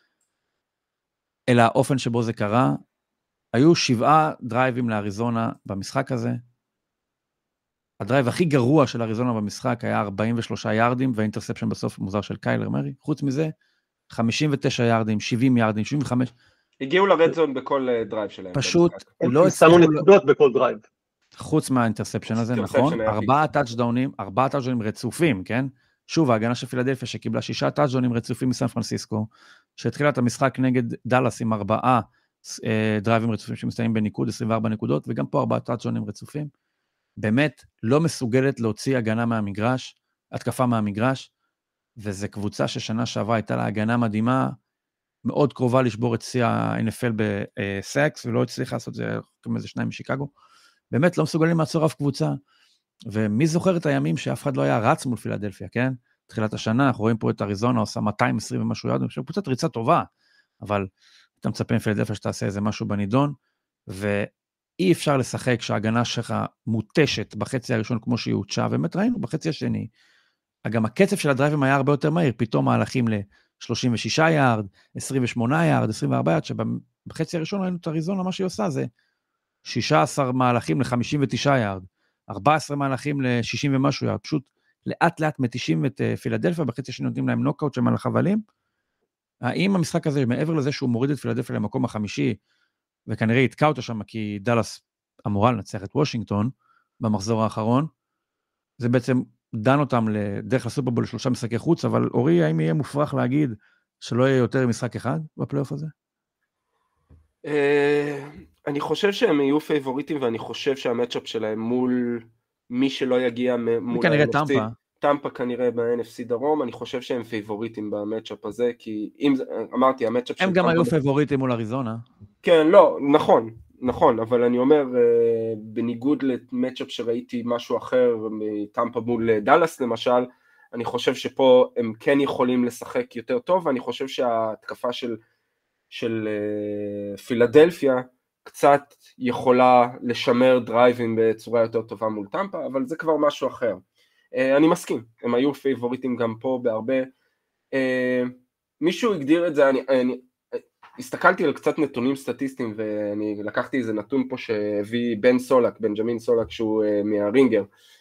אלא האופן שבו זה קרה, היו שבעה דרייבים לאריזונה במשחק הזה, הדרייב הכי גרוע של אריזונה במשחק היה ארבעים ושלושה יארדים, והאינטרספשן בסוף מוזר של קיילר מרי. חוץ מזה, חמישים ותשע יארדים, שבעים יארדים, שבעים וחמש. הגיעו לרד זון בכל דרייב שלהם. פשוט לא שמו נקודות בכל דרייב. חוץ מהאינטרספשן הזה, נכון? ארבעה טאצ'דאונים, ארבעה טאצ'דאונים רצופים, כן? שוב, ההגנה של פילדלפיה שקיבלה שישה טאצ'דאונים רצופים מסן פרנסיסקו, שהתחילה את המשחק נגד דלס עם ארבעה דרייבים רצופים שמסתיימים בניקוד, עשרים וארבע נקודות, וגם פה ארבעה טאצ'דאונים רצופים. באמת לא מסוגלת להוציא הגנה מהמגרש, התקפה מהמגרש, וזו קבוצה ששנה שעברה הייתה לה הגנה מדהימה, מאוד קרובה לשבור את שיא ה-אן אף אל בסקס, ולא הצליחה לעשות זה כמו איזה שניים משיקגו, באמת לא מסוגלים לעצור אף קבוצה, ומי זוכר את הימים שאף אחד לא היה רץ מול פילדלפיה, כן? תחילת השנה, אנחנו רואים פה את אריזונה, עושה מאתיים עשרים ומשהו יעד, אני חושב, קבוצת ריצה טובה, אבל אתה מצפה מפילדלפיה שתעשה איזה משהו בנידון, ו... אי אפשר לשחק שההגנה שלך מוטשת בחצי הראשון כמו שהיא הוצ'ה, ובאמת ראינו בחצי השני, גם הקצב של הדרייבים היה הרבה יותר מהיר, פתאום מהלכים ל-שלושים ושישה יארד, עשרים ושמונה יארד, עשרים וארבע יארד, שבחצי הראשון ראינו את אריזונה, מה שהיא עושה זה שישה עשר מהלכים ל-חמישים ותשעה יארד, ארבע עשרה מהלכים ל-שישים ומשהו יארד, פשוט לאט לאט מתישים את פילדלפיה, בחצי השני נותנים להם נוקאוט שהם על החבלים. האם המשחק הזה, מעבר לזה שהוא מוריד את פילדלפיה למקום החמישי, וכנראה יתקע אותו שם, כי דלס אמורה לנצח את וושינגטון במחזור האחרון, זה בעצם דן אותם לדרך לסופרבול לשלושה משחקי חוץ, אבל אורי, האם יהיה מופרך להגיד שלא יהיה יותר משחק אחד בפלייאוף הזה? אני חושב שהם יהיו פייבוריטים, ואני חושב שהמאצ'אפ שלהם מול מי שלא יגיע מול כנראה טמפה. טמפה כנראה ב-אן אף סי דרום, אני חושב שהם פייבוריטים במאצ'אפ הזה, כי אם אמרתי, המאצ'אפ של... הם גם היו פייבוריטים מול אריזונה. כן, לא, נכון, נכון, אבל אני אומר, בניגוד למאצ'אפ שראיתי משהו אחר, מטמפה מול דלס למשל, אני חושב שפה הם כן יכולים לשחק יותר טוב, ואני חושב שההתקפה של, של פילדלפיה קצת יכולה לשמר דרייבים בצורה יותר טובה מול טמפה, אבל זה כבר משהו אחר. אני מסכים, הם היו פייבוריטים גם פה בהרבה. מישהו הגדיר את זה, אני, אני הסתכלתי על קצת נתונים סטטיסטיים, ואני לקחתי איזה נתון פה שהביא בן סולק, בנג'מין סולק, שהוא מהרינגר,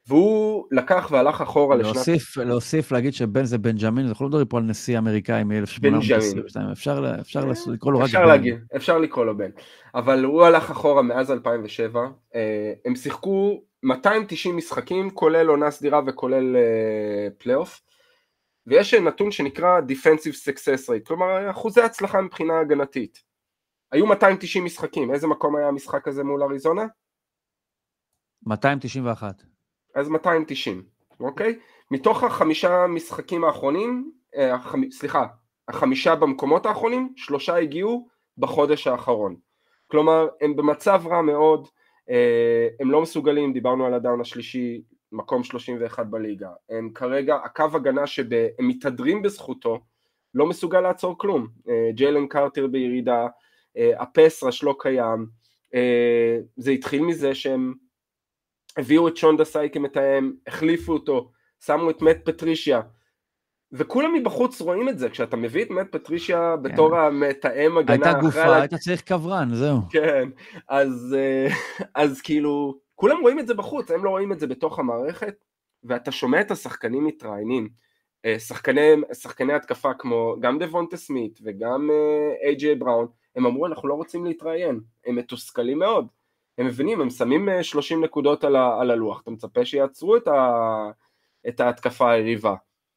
והוא לקח והלך אחורה לשנת... להוסיף, להוסיף להגיד שבן זה בנג'מין, אנחנו לא מדברים פה על נשיא אמריקאי מ-אלף שמונה מאות עשרים ושתיים, אפשר, אפשר לקרוא לו רק אפשר בן. להגיד, אפשר לקרוא לו בן, אבל הוא הלך אחורה מאז אלפיים ושבע, הם שיחקו מאתיים ותשעים משחקים, כולל עונה סדירה וכולל פלייאוף, ויש נתון שנקרא Defensive Success Rate, כלומר אחוזי הצלחה מבחינה הגנתית. היו מאתיים ותשעים משחקים, איזה מקום היה המשחק הזה מול אריזונה? מאתיים תשעים ואחת. אז מאתיים ותשעים, אוקיי? מתוך החמישה משחקים האחרונים, אה, החמ... סליחה, החמישה במקומות האחרונים, שלושה הגיעו בחודש האחרון. כלומר, הם במצב רע מאוד, אה, הם לא מסוגלים, דיברנו על הדאון השלישי, מקום שלושים ואחת בליגה. הם כרגע, הקו הגנה שהם מתהדרים בזכותו, לא מסוגל לעצור כלום. אה, ג'יילן קרטר בירידה, אה, הפס רש לא קיים, אה, זה התחיל מזה שהם הביאו את שון דסאי כמתאם, החליפו אותו, שמו את מאט פטרישיה, וכולם מבחוץ רואים את זה, כשאתה מביא את מאט פטרישיה בתור המתאם הגנה... הייתה גופה, היית צריך קברן, זהו. כן, אז, אז כאילו, כולם רואים את זה בחוץ, הם לא רואים את זה בתוך המערכת, ואתה שומע את השחקנים מתראיינים, שחקני, שחקני התקפה כמו גם דוונטה סמית וגם איי ג'יי בראון, הם אמרו אנחנו לא רוצים להתראיין, הם מתוסכלים מאוד, הם מבינים, הם שמים שלושים נקודות על, ה, על הלוח, אתה מצפה שיעצרו את, ה, את ההתקפה היריבה.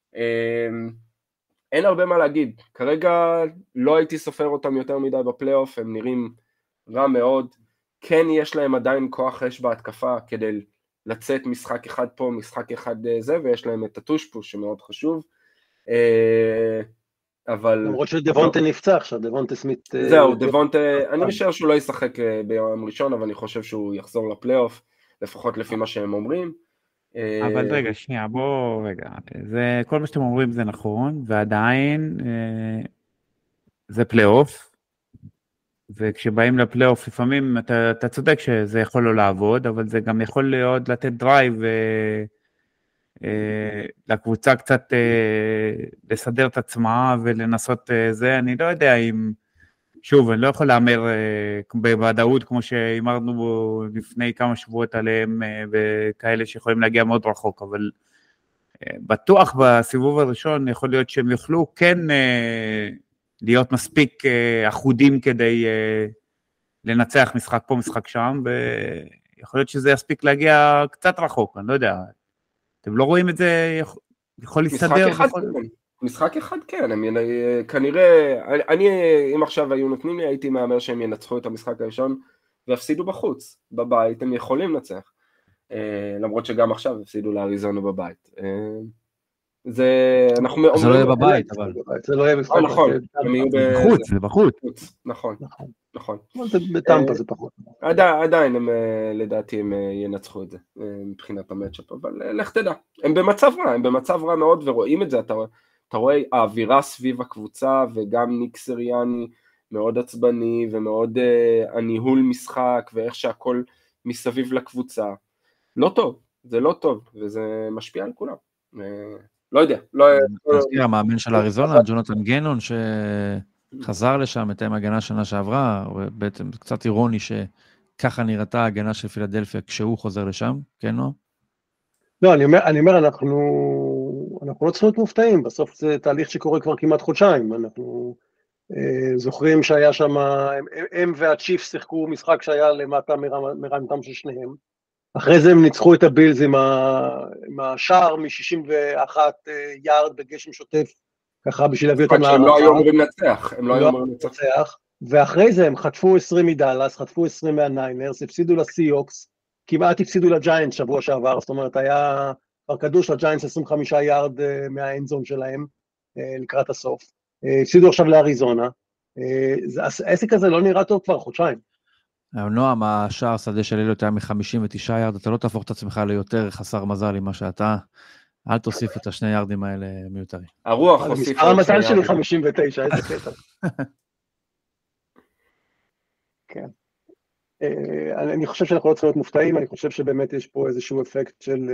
אין הרבה מה להגיד, כרגע לא הייתי סופר אותם יותר מדי בפלייאוף, הם נראים רע מאוד, כן יש להם עדיין כוח אש בהתקפה כדי לצאת משחק אחד פה, משחק אחד זה, ויש להם את הטושפוש שמאוד חשוב, אבל... למרות שדוונטה נפצע עכשיו, דוונטה סמית... זהו, דוונטה, אני משער שהוא לא ישחק ביום ראשון, אבל אני חושב שהוא יחזור לפלייאוף, לפחות לפי מה שהם אומרים. אבל רגע, שנייה, בוא רגע, זה, כל מה שאתם אומרים זה נכון, ועדיין זה פלייאוף, וכשבאים לפלייאוף לפעמים אתה, אתה צודק שזה יכול לא לעבוד, אבל זה גם יכול להיות לתת דרייב לקבוצה קצת לסדר את עצמה ולנסות זה, אני לא יודע אם, שוב, אני לא יכול לאמר בוודאות כמו שאמרנו בו לפני כמה שבועות עליהם וכאלה שיכולים להגיע מאוד רחוק, אבל בטוח בסיבוב הראשון יכול להיות שהם יוכלו כן להיות מספיק אחודים כדי לנצח משחק פה, משחק שם, ויכול להיות שזה יספיק להגיע קצת רחוק, אני לא יודע. אתם לא רואים את זה, יכול להסתדר? משחק אחד, משחק אחד כן, הם כנראה, אני, אם עכשיו היו נותנים לי, הייתי מאמר שהם ינצחו את המשחק הראשון, והפסידו בחוץ, בבית, הם יכולים לנצח, למרות שגם עכשיו הפסידו לאריזונה בבית. זה, אנחנו... זה לא יהיה בבית, אבל... זה לא יהיה משחק. נכון, זה בחוץ, זה בחוץ. נכון, נכון. בטמפה זה פחות. עדיין הם, לדעתי, הם ינצחו את זה, מבחינת המאצ'אפ, אבל לך תדע. הם במצב רע, הם במצב רע מאוד, ורואים את זה, אתה רואה האווירה סביב הקבוצה, וגם ניק סריאני מאוד עצבני, ומאוד הניהול משחק, ואיך שהכל מסביב לקבוצה. לא טוב, זה לא טוב, וזה משפיע על כולם. לא יודע. תזכיר, המאמן של אריזונה, ג'ונתן גנון, שחזר לשם, מתאם הגנה שנה שעברה, ובעצם קצת אירוני שככה נראתה ההגנה של פילדלפיה כשהוא חוזר לשם, כן או? לא, אני אומר, אני אומר, אנחנו, אנחנו לא צריכים להיות מופתעים, בסוף זה תהליך שקורה כבר כמעט חודשיים, אנחנו אה, זוכרים שהיה שם, הם, הם והצ'יפס שיחקו משחק שהיה למטה מרמתם של שניהם, אחרי זה הם ניצחו את הבילס עם, ה... עם השער מ-שישים ואחת יארד בגשם שוטף, ככה בשביל להביא אותם להערכה. הם לא היו אמורים לנצח, הם לא היו אמורים לנצח. ואחרי זה הם חטפו עשרים מדלס, חטפו עשרים מהניינרס, הפסידו לסיוקס, כמעט הפסידו לג'יינטס שבוע שעבר, זאת אומרת היה הכדור של הג'יינטס עשרים וחמישה יארד מהאנזון שלהם לקראת הסוף. הפסידו עכשיו לאריזונה, העסק הזה לא נראה טוב כבר חודשיים. נועם, השער שדה של אליוט היה מ-חמישים ותשעה יארד, אתה לא תהפוך את עצמך ליותר חסר מזל עם מה שאתה, אל תוסיף את השני יארדים האלה מיותרים. הרוח הוסיף... המזל שלי חמישים ותשע, איזה קטע. כן. אני חושב שאנחנו לא צריכים להיות מופתעים, אני חושב שבאמת יש פה איזשהו אפקט של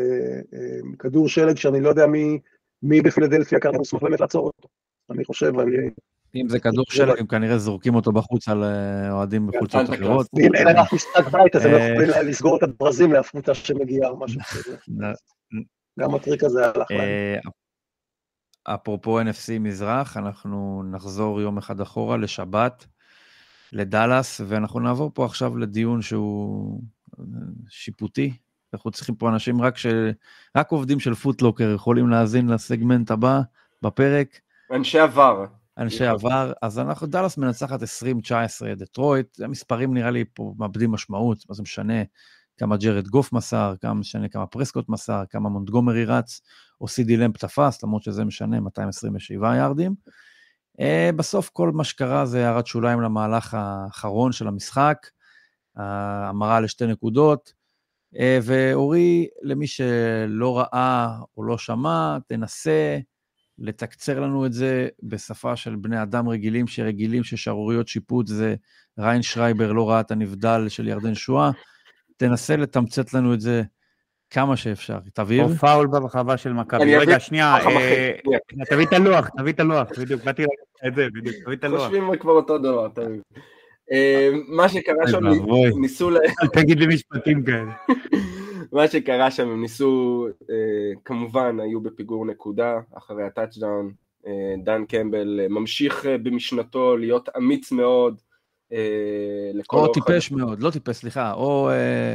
כדור שלג, שאני לא יודע מי בפילדלפיה כרגע מוסמך באמת לעצור אותו. אני חושב, אם זה כדור שלג, הם כנראה זורקים אותו בחוץ על אוהדים בחולצות אחרות. אם אין לך משחק בית, אז הם יכולים לסגור את הברזים להפמותה שמגיעה או משהו כזה. גם הטריק הזה הלך להם. אפרופו אן אף סי מזרח, אנחנו נחזור יום אחד אחורה לשבת, לדלס, ואנחנו נעבור פה עכשיו לדיון שהוא שיפוטי. אנחנו צריכים פה אנשים רק, ש... רק עובדים של פוטלוקר יכולים להאזין לסגמנט הבא בפרק. אנשי עבר. אנשי עבר, אז אנחנו, דלס מנצחת עשרים תשע עשרה דטרויט, המספרים נראה לי פה מאבדים משמעות, מה זה משנה כמה ג'רד גוף מסר, כמה משנה כמה פרסקוט מסר, כמה מונטגומרי רץ, או סידי למפ תפס, למרות שזה משנה, מאתיים עשרים ושבעה יארדים. בסוף כל מה שקרה זה הערת שוליים למהלך האחרון של המשחק, המרה לשתי נקודות, ואורי, למי שלא ראה או לא שמע, תנסה לתקצר לנו את זה בשפה של בני אדם רגילים, שרגילים ששרוריות שיפוט זה ריין שרייבר לא ראה את הנבדל של ירדן שואה, תנסה לתמצת לנו את זה כמה שאפשר, תבהיר. או פאול ברחבה של מכבי. רגע, שנייה, תביא את הלוח, תביא את הלוח, בדיוק, באתי להגיד את זה, בדיוק, תביא את הלוח. חושבים כבר אותו דבר, תביא. מה שקרה שם, ניסו... תגיד לי משפטים כאלה. מה שקרה שם, הם ניסו, כמובן, היו בפיגור נקודה, אחרי הטאצ'דאון, דן קמבל ממשיך במשנתו להיות אמיץ מאוד, או טיפש מאוד, לא טיפש, סליחה, או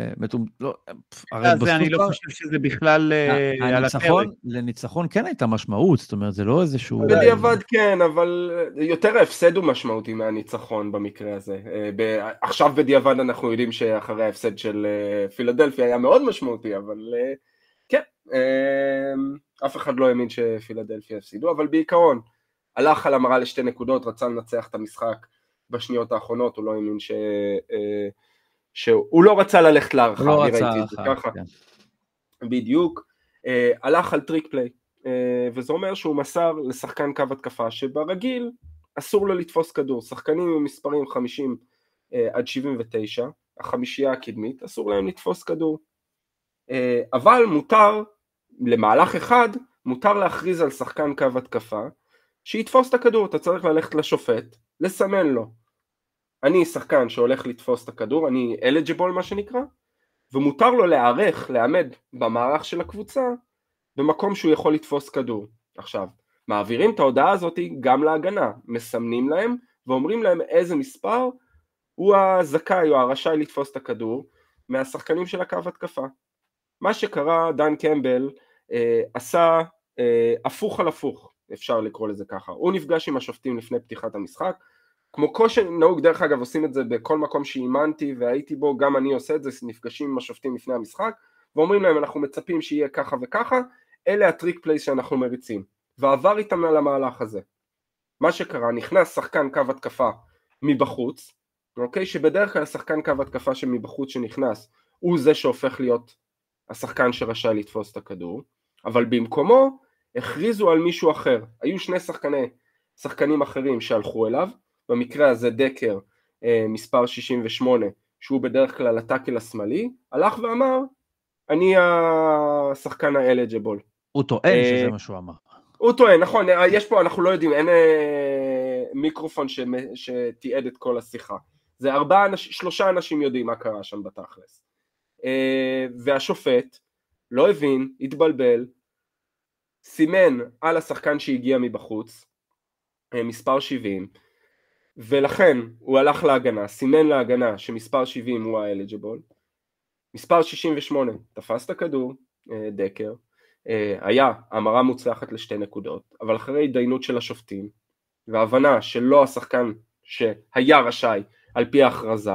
אני לא חושב שזה בכלל על הפרק. לניצחון כן הייתה משמעות, זאת אומרת, זה לא איזשהו... בדיעבד כן, אבל יותר ההפסד הוא משמעותי מהניצחון במקרה הזה. עכשיו בדיעבד אנחנו יודעים שאחרי ההפסד של פילדלפיה היה מאוד משמעותי, אבל כן, אף אחד לא האמין שפילדלפיה הפסידו, אבל בעיקרון, הלך על המרה לשתי נקודות, רצה לנצח את המשחק, בשניות האחרונות, הוא לא האמין ש... שהוא לא רצה ללכת להערכה, לא רצה להערכה, כן. בדיוק, הלך על טריק פליי, וזה אומר שהוא מסר לשחקן קו התקפה, שברגיל אסור לו לתפוס כדור, שחקנים עם מספרים חמישים עד שבעים ותשע, החמישייה הקדמית, אסור להם לתפוס כדור, אבל מותר, למהלך אחד, מותר להכריז על שחקן קו התקפה, שיתפוס את הכדור, אתה צריך ללכת לשופט, לסמן לו, אני שחקן שהולך לתפוס את הכדור, אני eligible מה שנקרא, ומותר לו להערך, לעמד במערך של הקבוצה, במקום שהוא יכול לתפוס כדור. עכשיו, מעבירים את ההודעה הזאת גם להגנה, מסמנים להם, ואומרים להם איזה מספר, הוא הזכאי או הרשאי לתפוס את הכדור, מהשחקנים של הקו התקפה. מה שקרה, דן קמבל אה, עשה אה, הפוך על הפוך, אפשר לקרוא לזה ככה, הוא נפגש עם השופטים לפני פתיחת המשחק, כמו כושר נהוג, דרך אגב עושים את זה בכל מקום שאימנתי והייתי בו, גם אני עושה את זה, נפגשים עם השופטים לפני המשחק, ואומרים להם אנחנו מצפים שיהיה ככה וככה, אלה הטריק פלייס שאנחנו מריצים, ועבר איתם על המהלך הזה. מה שקרה, נכנס שחקן קו התקפה מבחוץ, אוקיי, שבדרך כלל שחקן קו התקפה שמבחוץ שנכנס, הוא זה שהופך להיות השחקן שרשאי לתפוס את הכדור, אבל במקומו הכריזו על מישהו אחר, היו שני שחקני, שחקנים אחרים שהלכו אליו, במקרה הזה דקר מספר שישים ושמונה, שהוא בדרך כלל הטאקל השמאלי, הלך ואמר, אני השחקן האלג'יבול. הוא טוען שזה מה שהוא אמר. הוא טוען, נכון, יש פה, אנחנו לא יודעים, אין מיקרופון שתיעד את כל השיחה. זה ארבעה אנשים, שלושה אנשים יודעים מה קרה שם בתכלס. והשופט לא הבין, התבלבל, סימן על השחקן שהגיע מבחוץ, מספר שבעים, ולכן הוא הלך להגנה, סימן להגנה שמספר שבעים הוא האליג'יבול, מספר שישים ושמונה תפס את הכדור, דקר, היה המרה מוצלחת לשתי נקודות, אבל אחרי התדיינות של השופטים, והבנה שלא השחקן שהיה רשאי על פי ההכרזה,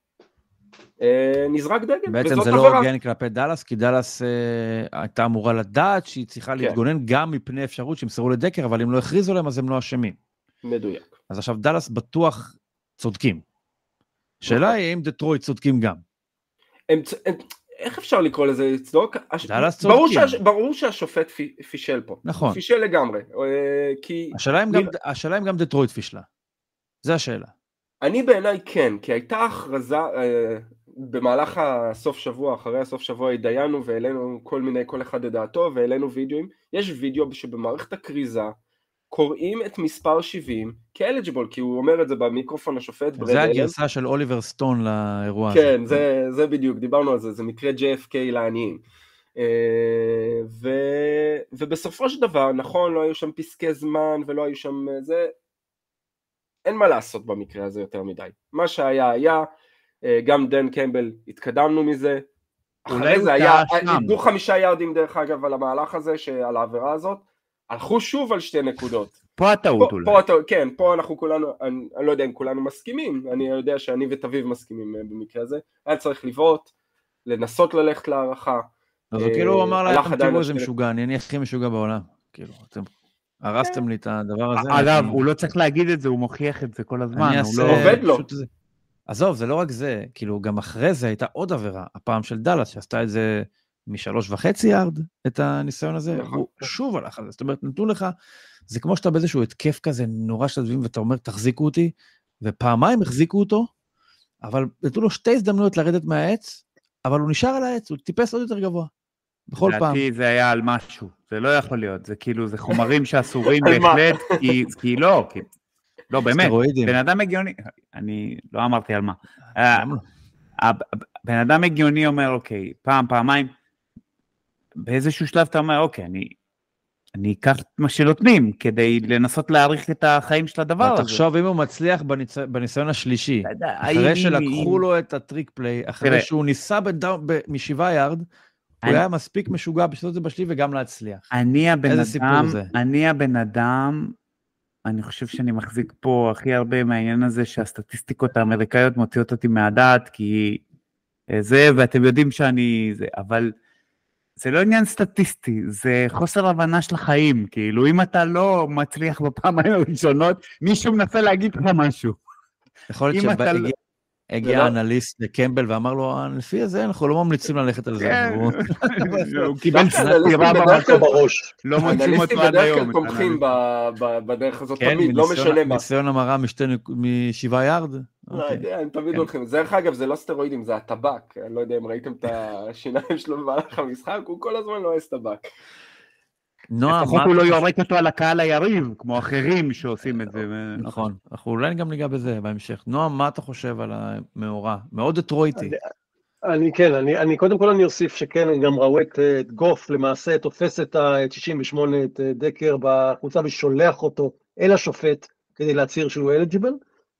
נזרק דגל. בעצם זה לא הוגן כלפי דלס, כי דלס הייתה אמורה לדעת שהיא צריכה להתגונן גם מפני אפשרות שמסרו לדקר, אבל אם לא הכריזו להם אז הם לא אשמים. מדויק. אז עכשיו דלס בטוח צודקים. שאלה היא אם דטרויט צודקים גם. הם, הם, איך אפשר לקרוא לזה צדוק? דלס צודקים. ברור, שה, ברור שהשופט פישל פה. נכון. פישל לגמרי. כי... השאלה אם, גם, השאלה אם גם דטרויט פישלה. זה השאלה. אני בעיניי כן, כי הייתה הכרזה, במהלך הסוף שבוע, אחרי הסוף שבוע התדיינו והעלינו כל מיני, כל אחד לדעתו, והעלינו וידאוים. יש וידאו שבמערכת הקריזה, קוראים את מספר שבעים כאליג'יבול, כי הוא אומר את זה במיקרופון השופט ברד זה אלן. הגרסה של אוליבר סטון לאירוע הזה. כן, זה, זה בדיוק, דיברנו על זה, זה מקרה ג'יי אף קיי לעניים. ו, ובסופו של דבר, נכון, לא היו שם פסקי זמן, ולא היו שם זה, אין מה לעשות במקרה הזה יותר מדי. מה שהיה היה, גם דן קמבל, התקדמנו מזה, אחרי זה היה, איבדו חמישה ירדים דרך אגב על המהלך הזה, על העבירה הזאת, הלכו שוב על שתי נקודות. פה הטעות אולי. פה, פה, כן, פה אנחנו כולנו, אני, אני לא יודע אם כולנו מסכימים, אני יודע שאני ותביב מסכימים במקרה הזה, היה צריך לבעוט, לנסות ללכת להערכה. אז הוא כאילו אמר להם, תראו איזה משוגע, אני הכי משוגע בעולם. כאילו, אתם הרסתם לי את הדבר הזה. אגב, הוא לא צריך להגיד את זה, הוא מוכיח את זה כל הזמן. הוא עובד לו. עזוב, זה לא רק זה, כאילו גם אחרי זה הייתה עוד עבירה, הפעם של דלס, שעשתה את זה משלוש וחצי יארד, את הניסיון הזה, הוא שוב הלך על זה, זאת אומרת, נתנו לך, זה כמו שאתה באיזשהו התקף כזה נורא שלבים, ואתה אומר, תחזיקו אותי, ופעמיים החזיקו אותו, אבל נתנו לו שתי הזדמנויות לרדת מהעץ, אבל הוא נשאר על העץ, הוא טיפס עוד יותר גבוה, בכל פעם. לדעתי זה היה על משהו, זה לא יכול להיות, זה כאילו, זה חומרים שאסורים בהחלט, כי לא, כי... לא, באמת, בן אדם הגיוני, אני לא אמרתי על מה, בן אדם הגיוני אומר, אוקיי, פעם, פעמיים, באיזשהו שלב אתה אומר, אוקיי, אני, אני אקח מה שנותנים, כדי לנסות להאריך את החיים של הדבר הזה. תחשוב, אם הוא מצליח בניסיון השלישי, אחרי שלקחו לו את הטריק פליי, אחרי שהוא ניסה משבעה יארד, הוא היה מספיק משוגע בשביל זה בשלי וגם להצליח. אני הבן אדם, אני הבן אדם, אני חושב שאני מחזיק פה הכי הרבה מהעניין הזה שהסטטיסטיקות האמריקאיות מוציאות אותי מהדעת, כי זה, ואתם יודעים שאני זה, אבל זה לא עניין סטטיסטי, זה חוסר הבנה של החיים, כאילו אם אתה לא מצליח בפעמיים הראשונות, מישהו מנסה להגיד לך משהו. יכול להיות שהגיע הגיע אנליסט לקמבל ואמר לו, לפי הזה אנחנו לא ממליצים ללכת על זה. הוא קיבל סתירה בראש. לא מוצאים אותו עד היום. אנליסטים בדרך כלל תומכים בדרך הזאת תמיד, לא משנה מה. ניסיון המרה משבעה יארד? לא יודע, הם תמיד הולכים. דרך אגב, זה לא סטרואידים, זה הטבק. אני לא יודע אם ראיתם את השיניים שלו במהלך המשחק, הוא כל הזמן לא עושה טבק. לפחות הוא לא יורק אותו על הקהל היריב, כמו אחרים שעושים את זה. נכון, אנחנו אולי גם ניגע בזה בהמשך. נועם, מה אתה חושב על המאורע? מאוד דטרויטי. אני כן, אני קודם כל אני אוסיף שכן, גם ראו את גוף, למעשה תופס את ה-שישים ושמונה, את דקר בחוצה ושולח אותו אל השופט, כדי להצהיר שהוא אליג'יבל,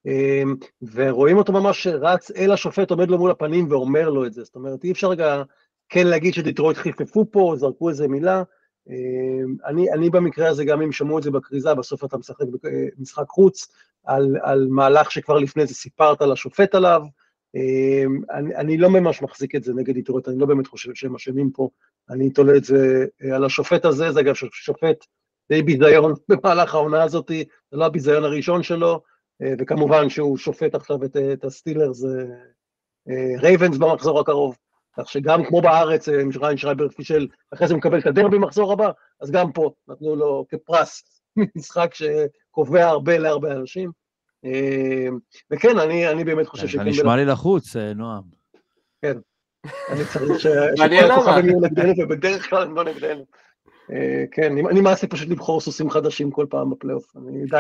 ורואים אותו ממש רץ אל השופט, עומד לו מול הפנים ואומר לו את זה. זאת אומרת, אי אפשר רגע כן להגיד שדטרויט חיפפו פה, זרקו איזה מילה, אני, אני במקרה הזה, גם אם שמעו את זה בקריזה, בסוף אתה משחק במשחק חוץ, על, על מהלך שכבר לפני זה סיפרת לשופט עליו, אני, אני לא ממש מחזיק את זה נגד דטרויט, אני לא באמת חושב שהם אשמים פה, אני תולה את זה על השופט הזה, זה אגב שופט די ביזיון במהלך העונה הזאת, זה לא הביזיון הראשון שלו, וכמובן שהוא שופט עכשיו את, את הסטילרס, רייבנס במחזור הקרוב, כך שגם כמו בארץ, ריין שרייבר פישל, אחרי זה מקבל את הדרבי מחזור הבא, אז גם פה נתנו לו כפרס משחק שקובע הרבה להרבה אנשים. וכן, אני, אני באמת חושב שכן... זה נשמע לי לחוץ, נועם. כן, אני צריך שכל הכוכבים יהיו נגדנו, ובדרך כלל הם לא נגדנו. כן, אני מעשה פשוט לבחור סוסים חדשים כל פעם בפלייאוף.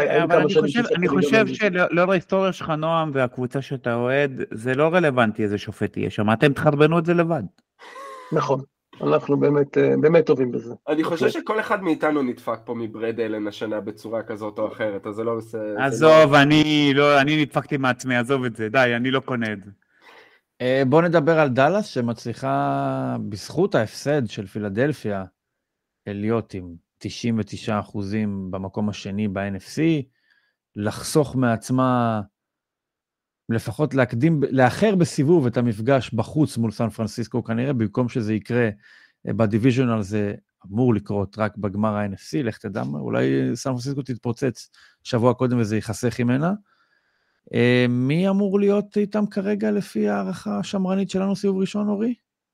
אני חושב שלאור ההיסטוריה שלך, נועם, והקבוצה שאתה אוהד, זה לא רלוונטי איזה שופט יהיה שם, אתם תחרבנו את זה לבד. נכון, אנחנו באמת טובים בזה. אני חושב שכל אחד מאיתנו נדפק פה מברד אלן השנה בצורה כזאת או אחרת, אז זה לא... עזוב, אני נדפקתי מעצמי, עזוב את זה, די, אני לא קונה את זה. בוא נדבר על דלס, שמצליחה בזכות ההפסד של פילדלפיה, להיות עם תשעים ותשעה אחוזים במקום השני ב-אן אף סי, לחסוך מעצמה, לפחות להקדים, לאחר בסיבוב את המפגש בחוץ מול סן פרנסיסקו, כנראה במקום שזה יקרה בדיוויז'ונל, זה אמור לקרות רק בגמר ה-אן אף סי, לך תדע, אולי סן פרנסיסקו תתפוצץ שבוע קודם וזה ייחסך ממנה. מי אמור להיות איתם כרגע לפי הערכה השמרנית שלנו סיבוב ראשון, אורי?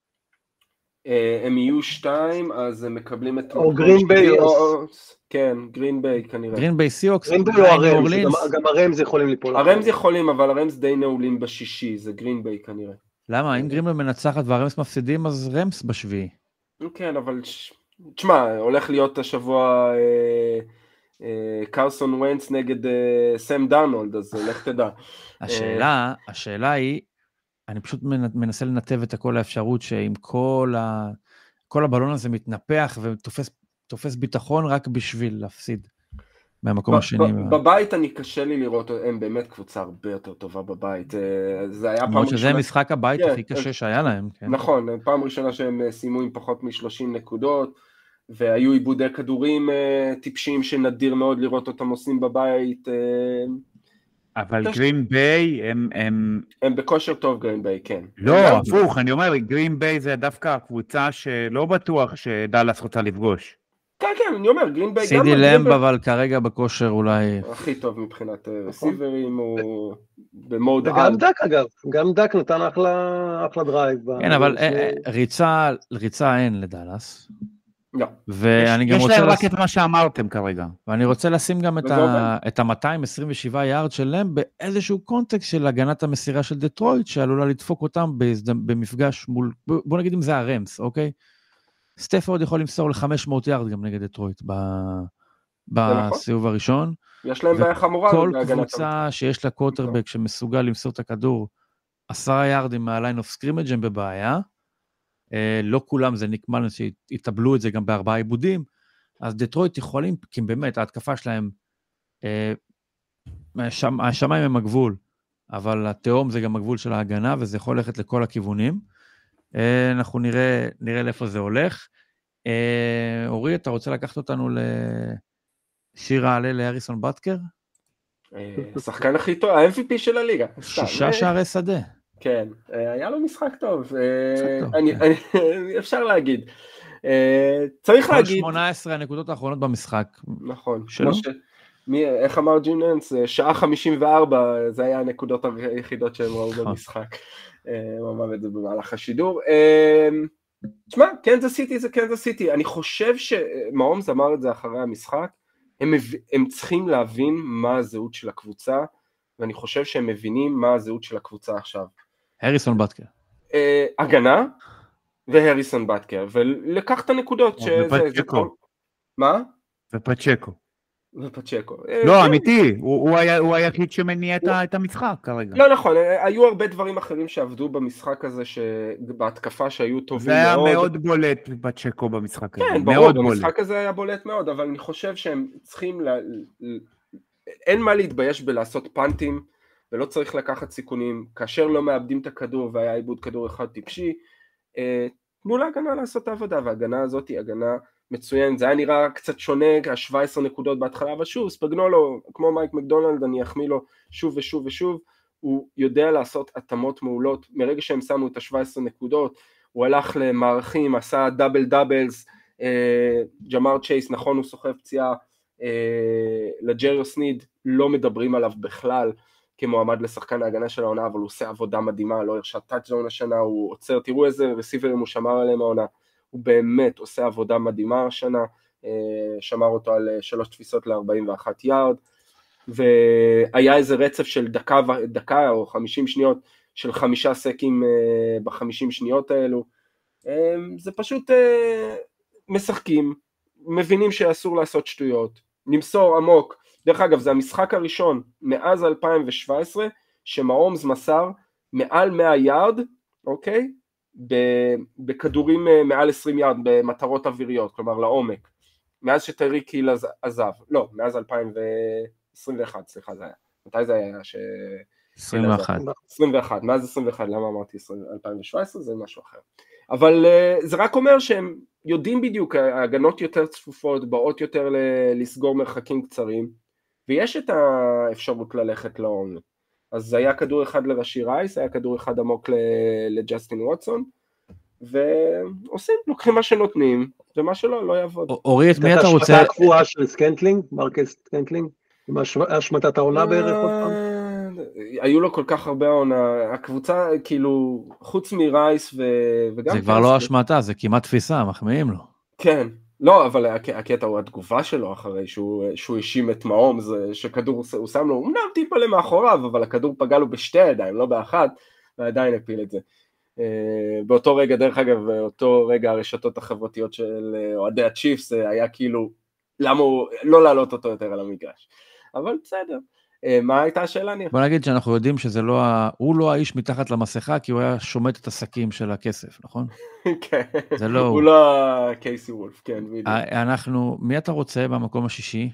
הם יהיו שתיים, אז הם מקבלים את... או גרין ביי. כן, גרין ביי כנראה. גרין ביי סיוקס. גרין ביי או הרמז, גם הרמז יכולים ליפול. הרמז יכולים, אבל הרמז די נעולים בשישי, זה גרין ביי כנראה. למה? אם גרין ביי מנצחת והרמז מפסידים, אז רמז בשביעי. כן, אבל... תשמע, הולך להיות השבוע קרסון ונץ נגד סם דרנולד, אז לך תדע. השאלה, השאלה היא, אני פשוט מנסה לנתב את הכל האפשרות, שעם כל ה... כל הבלון הזה מתנפח ותופס תופס ביטחון רק בשביל להפסיד מהמקום השני. בבית אני קשה לי לראות, הם באמת קבוצה הרבה יותר טובה בבית. זה היה פעם ראשונה. שזה משחק הבית הכי קשה שהיה להם. נכון, פעם ראשונה שהם סיימו עם פחות מ-שלושים נקודות, והיו עיבודי כדורים טיפשים שנדיר מאוד לראות אותם עושים בבית. אבל גרין ביי הם... הם בכושר טוב גרין ביי, כן. לא, הפוך, אני אומר, גרין ביי זה דווקא הקבוצה שלא בטוח שדלס רוצה לפגוש. כן, כן, אני אומר, גרין ביי... סידי למב, אבל כרגע בכושר אולי... הכי טוב מבחינת רסיברים, הוא במוד על. וגם דק אגב, גם דק נתן אחלה דרייב. כן, אבל ריצה אין לדלס. לא. ואני גם יש רוצה... להם רק את מה שאמרתם כרגע. ואני רוצה לשים גם את ה-מאתיים עשרים ושבעה יארד שלהם באיזשהו קונטקסט של הגנת המסירה של דטרויט, שעלולה לדפוק אותם במפגש מול... בוא נגיד אם זה הרמס, אוקיי? סטפורד יכול למסור ל-חמש מאות יארד גם נגד דטרויט בסיבוב הראשון. יש להם בעיה חמורה. כל קבוצה שיש לה קווטרבק שמסוגל למסור את הכדור עשרה יארדים מהליין אוף סקרימג' הם בבעיה. לא כולם זה ניק מלנס שיתאבלו את זה גם בארבעה עיבודים, אז דטרויט יכולים, כי באמת ההתקפה שלהם, השמיים הם הגבול, אבל התאום זה גם הגבול של ההגנה, וזה יכול ללכת לכל הכיוונים. אנחנו נראה, נראה לאיפה זה הולך. אורי, אתה רוצה לקחת אותנו לשיר העלה להריסון בטקר? השחקן הכי טוב, ה-אם וי פי של הליגה. שישה שערי שדה. כן, היה לו משחק טוב, אפשר להגיד. צריך להגיד... שמונה עשרה הנקודות האחרונות במשחק. נכון. איך אמר ג'ים ננס, שעה חמישים וארבע, זה היה הנקודות היחידות שהם ראו במשחק. הוא אמר את זה במהלך השידור. תשמע, קנזס סיטי זה קנזס סיטי. אני חושב שמהומס אמר את זה אחרי המשחק, הם צריכים להבין מה הזהות של הקבוצה, ואני חושב שהם מבינים מה הזהות של הקבוצה עכשיו. הריסון בטקר. הגנה והריסון בטקר, ולקח את הנקודות. ופצ'קו. מה? ופצ'קו. ופצ'קו. לא, אמיתי, הוא היחיד שמניע את המשחק כרגע. לא נכון, היו הרבה דברים אחרים שעבדו במשחק הזה, בהתקפה שהיו טובים מאוד. זה היה מאוד בולט פצ'קו במשחק הזה. כן, ברור, במשחק הזה היה בולט מאוד, אבל אני חושב שהם צריכים, אין מה להתבייש בלעשות פאנטים, ולא צריך לקחת סיכונים, כאשר לא מאבדים את הכדור, והיה עיבוד כדור אחד טיפשי, תנו להגנה לעשות את העבודה, וההגנה הזאת היא הגנה מצוין, זה היה נראה קצת שונה, ה-שבע עשרה נקודות בהתחלה, אבל שוב, ספגנולו, כמו מייק מקדונלד, אני אחמיא לו שוב ושוב ושוב, הוא יודע לעשות התאמות מעולות, מרגע שהם שמו את ה-שבע עשרה נקודות, הוא הלך למערכים, עשה דאבל דאבלס, אה, ג'מאר צ'ייס, נכון, הוא סוחב פציעה, אה, לג'ריו סניד, לא מדברים עליו בכלל, כמועמד לשחקן ההגנה של העונה, אבל הוא עושה עבודה מדהימה, לא הרשה טאצ'דאון השנה, הוא עוצר, תראו איזה רסיברים הוא שמר עליהם העונה, הוא באמת עושה עבודה מדהימה השנה, שמר אותו על שלוש תפיסות ל-ארבעים ואחת יארד, והיה איזה רצף של דקה, דקה או חמישים שניות, של חמישה סקים בחמישים שניות האלו, זה פשוט משחקים, מבינים שאסור לעשות שטויות, נמסור עמוק, דרך אגב זה המשחק הראשון מאז אלפיים שבע עשרה, שמהומס מסר מעל מאה יארד, אוקיי? בכדורים מעל עשרים יארד במטרות אוויריות, כלומר לעומק, מאז שטייריק היל עזב, לא, מאז אלפיים עשרים ואחת, סליחה זה היה, מתי זה היה? ש... עשרים ואחת. עשרים ואחת, מאז עשרים ואחת, למה אמרתי אלפיים שבע עשרה, זה משהו אחר. אבל זה רק אומר שהם יודעים בדיוק, ההגנות יותר צפופות, באות יותר לסגור מרחקים קצרים, ויש את האפשרות ללכת לעומק. אז היה כדור אחד לרשי רייס, היה כדור אחד עמוק לג'סטין ווטסון, ועושים, לוקחים מה שנותנים, ומה שלא, לא יעבוד. אורי, את מי אתה רוצה? השמטה הקבועה של סקנטלינג, מרקס סקנטלינג, עם השמטת העונה בערך עוד פעם? היו לו כל כך הרבה העונה, הקבוצה כאילו, חוץ מרייס וגם... זה כבר לא השמטה, זה כמעט תפיסה, מחמיאים לו. כן. לא, אבל הקטע הוא התגובה שלו אחרי שהוא, שהוא האשים את מהומס, שכדור הוא שם לו, הוא נם טיפה למאחוריו, אבל הכדור פגע לו בשתי ידיים, לא באחת, ועדיין הפיל את זה. באותו רגע, דרך אגב, באותו רגע הרשתות החברתיות של אוהדי הצ'יפס, היה כאילו למה הוא, לא להעלות אותו יותר על המגרש. אבל בסדר. מה הייתה השאלה, ניר? בוא נגיד שאנחנו יודעים שזה לא, הוא לא האיש מתחת למסכה, כי הוא היה שומט את השקים של הכסף, נכון? כן. זה לא הוא. הוא לא קייסי וולף, כן, בדיוק. אנחנו, מי אתה רוצה במקום השישי?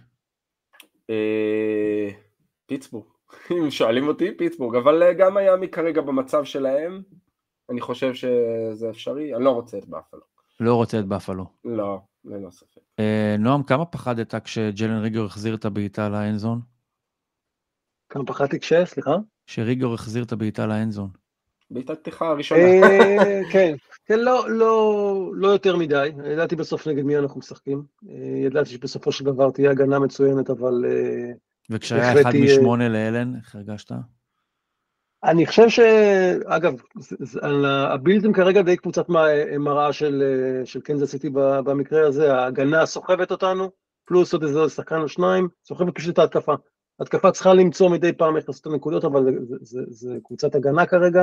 פיטסבורג. אם שואלים אותי, פיטסבורג, אבל גם היה מכרגע במצב שלהם, אני חושב שזה אפשרי, אני לא רוצה את באפלו. לא רוצה את באפלו. לא, לא ספק. נועם, כמה פחדת כשג'לן ריגור החזיר את הבעיטה לאנזון? כמה פחדתי כש, סליחה? שריגור החזיר את הבעיטה לאנזון. בעיטת פתיחה הראשונה. כן, כן, לא יותר מדי, ידעתי בסוף נגד מי אנחנו משחקים, ידעתי שבסופו של דבר תהיה הגנה מצוינת, אבל... וכשהיה אחד משמונה לאלן, איך הרגשת? אני חושב ש... אגב, הבילדים כרגע די קבוצת מראה של קנזס סיטי במקרה הזה, ההגנה סוחבת אותנו, פלוס עוד איזה שחקן או שניים, סוחבת פשוט את ההתקפה. ההתקפה צריכה למצוא מדי פעם איך לעשות את הנקודות, אבל זה קבוצת הגנה כרגע.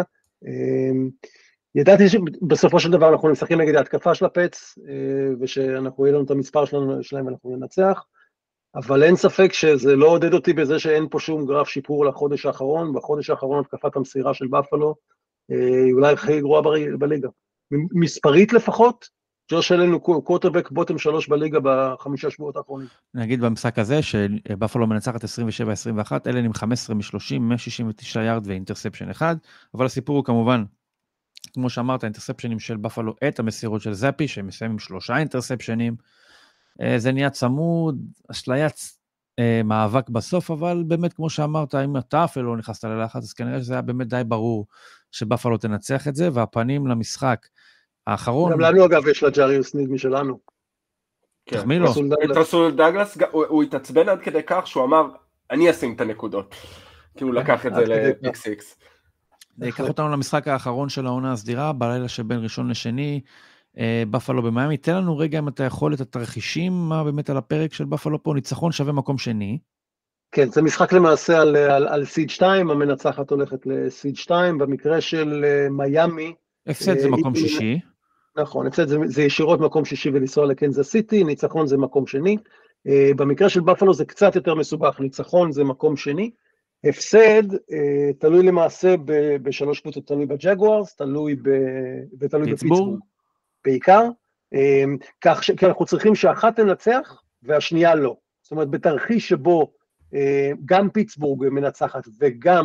ידעתי שבסופו של דבר אנחנו נשחקים נגד ההתקפה של הפץ, ושאנחנו יהיה לנו את המספר שלהם ואנחנו ננצח, אבל אין ספק שזה לא עודד אותי בזה שאין פה שום גרף שיפור לחודש האחרון, בחודש האחרון התקפת המסירה של באפלו, היא אולי הכי גרועה בליגה. מספרית לפחות, ג'וש אלן הוא קווטרבק בוטם שלוש בליגה בחמישה שבועות האחרונים. נגיד במשחק הזה שבאפלו מנצחת עשרים ושבע עשרים ואחת, אלן עם חמש עשרה משלושים, מאה שישים ותשע יארד ואינטרספשן אחד, אבל הסיפור הוא כמובן, כמו שאמרת, האינטרספשנים של באפלו את המסירות של זאפי, שהם מסיימים עם שלושה אינטרספשנים, זה נהיה צמוד, אשליית מאבק בסוף, אבל באמת כמו שאמרת, אם אתה אפילו לא נכנסת ללחץ, אז כנראה שזה היה באמת די ברור שבאפלו תנצח את זה, והפנים למשחק האחרון... גם לנו אגב יש לג'ריוס ניד משלנו. תחמיא לו. את רסול דאגלס, הוא התעצבן עד כדי כך שהוא אמר, אני אשים את הנקודות, כי הוא לקח את זה ל-אקס אקס. זה ייקח אותנו למשחק האחרון של העונה הסדירה, בלילה שבין ראשון לשני, באפלו במיאמי. תן לנו רגע אם אתה יכול את התרחישים, מה באמת על הפרק של באפלו פה, ניצחון שווה מקום שני. כן, זה משחק למעשה על, על, על סיד שתיים, המנצחת הולכת לסיד שתיים, במקרה של מיאמי... הפסד זה מקום שישי. נכון, הפסד זה, זה ישירות מקום שישי ולנסוע לקנזס סיטי, ניצחון זה מקום שני. במקרה של באפלו זה קצת יותר מסובך, ניצחון זה מקום שני. הפסד תלוי למעשה ב, בשלוש קבוצות, תלוי בג'גוארס, תלוי ב, ותלוי בפיטסבורג. בעיקר, כך ש... כי אנחנו צריכים שאחת תנצח והשנייה לא. זאת אומרת, בתרחיש שבו גם פיטסבורג מנצחת וגם,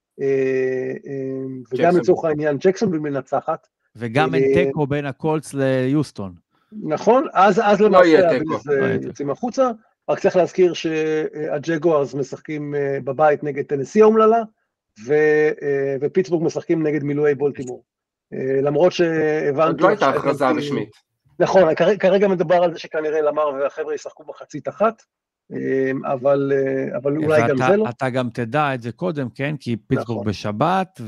וגם לצורך העניין ג'קסונוויל מנצחת. וגם אין טקו בין הקולטס ליוסטון. נכון, אז, אז למעשה יוצאים החוצה, רק צריך להזכיר שהג'גוארס משחקים בבית נגד טנסי האומללה, ופיטסבורג משחקים נגד מילואי בולטימור. למרות שהבנתי... לא הייתה הכרזה רשמית. נכון, כרגע מדובר על זה שכנראה למר והחבר'ה ישחקו מחצית אחת, אבל אולי גם זה לא. אתה גם תדע את זה קודם, כן? כי פיטסבורג בשבת,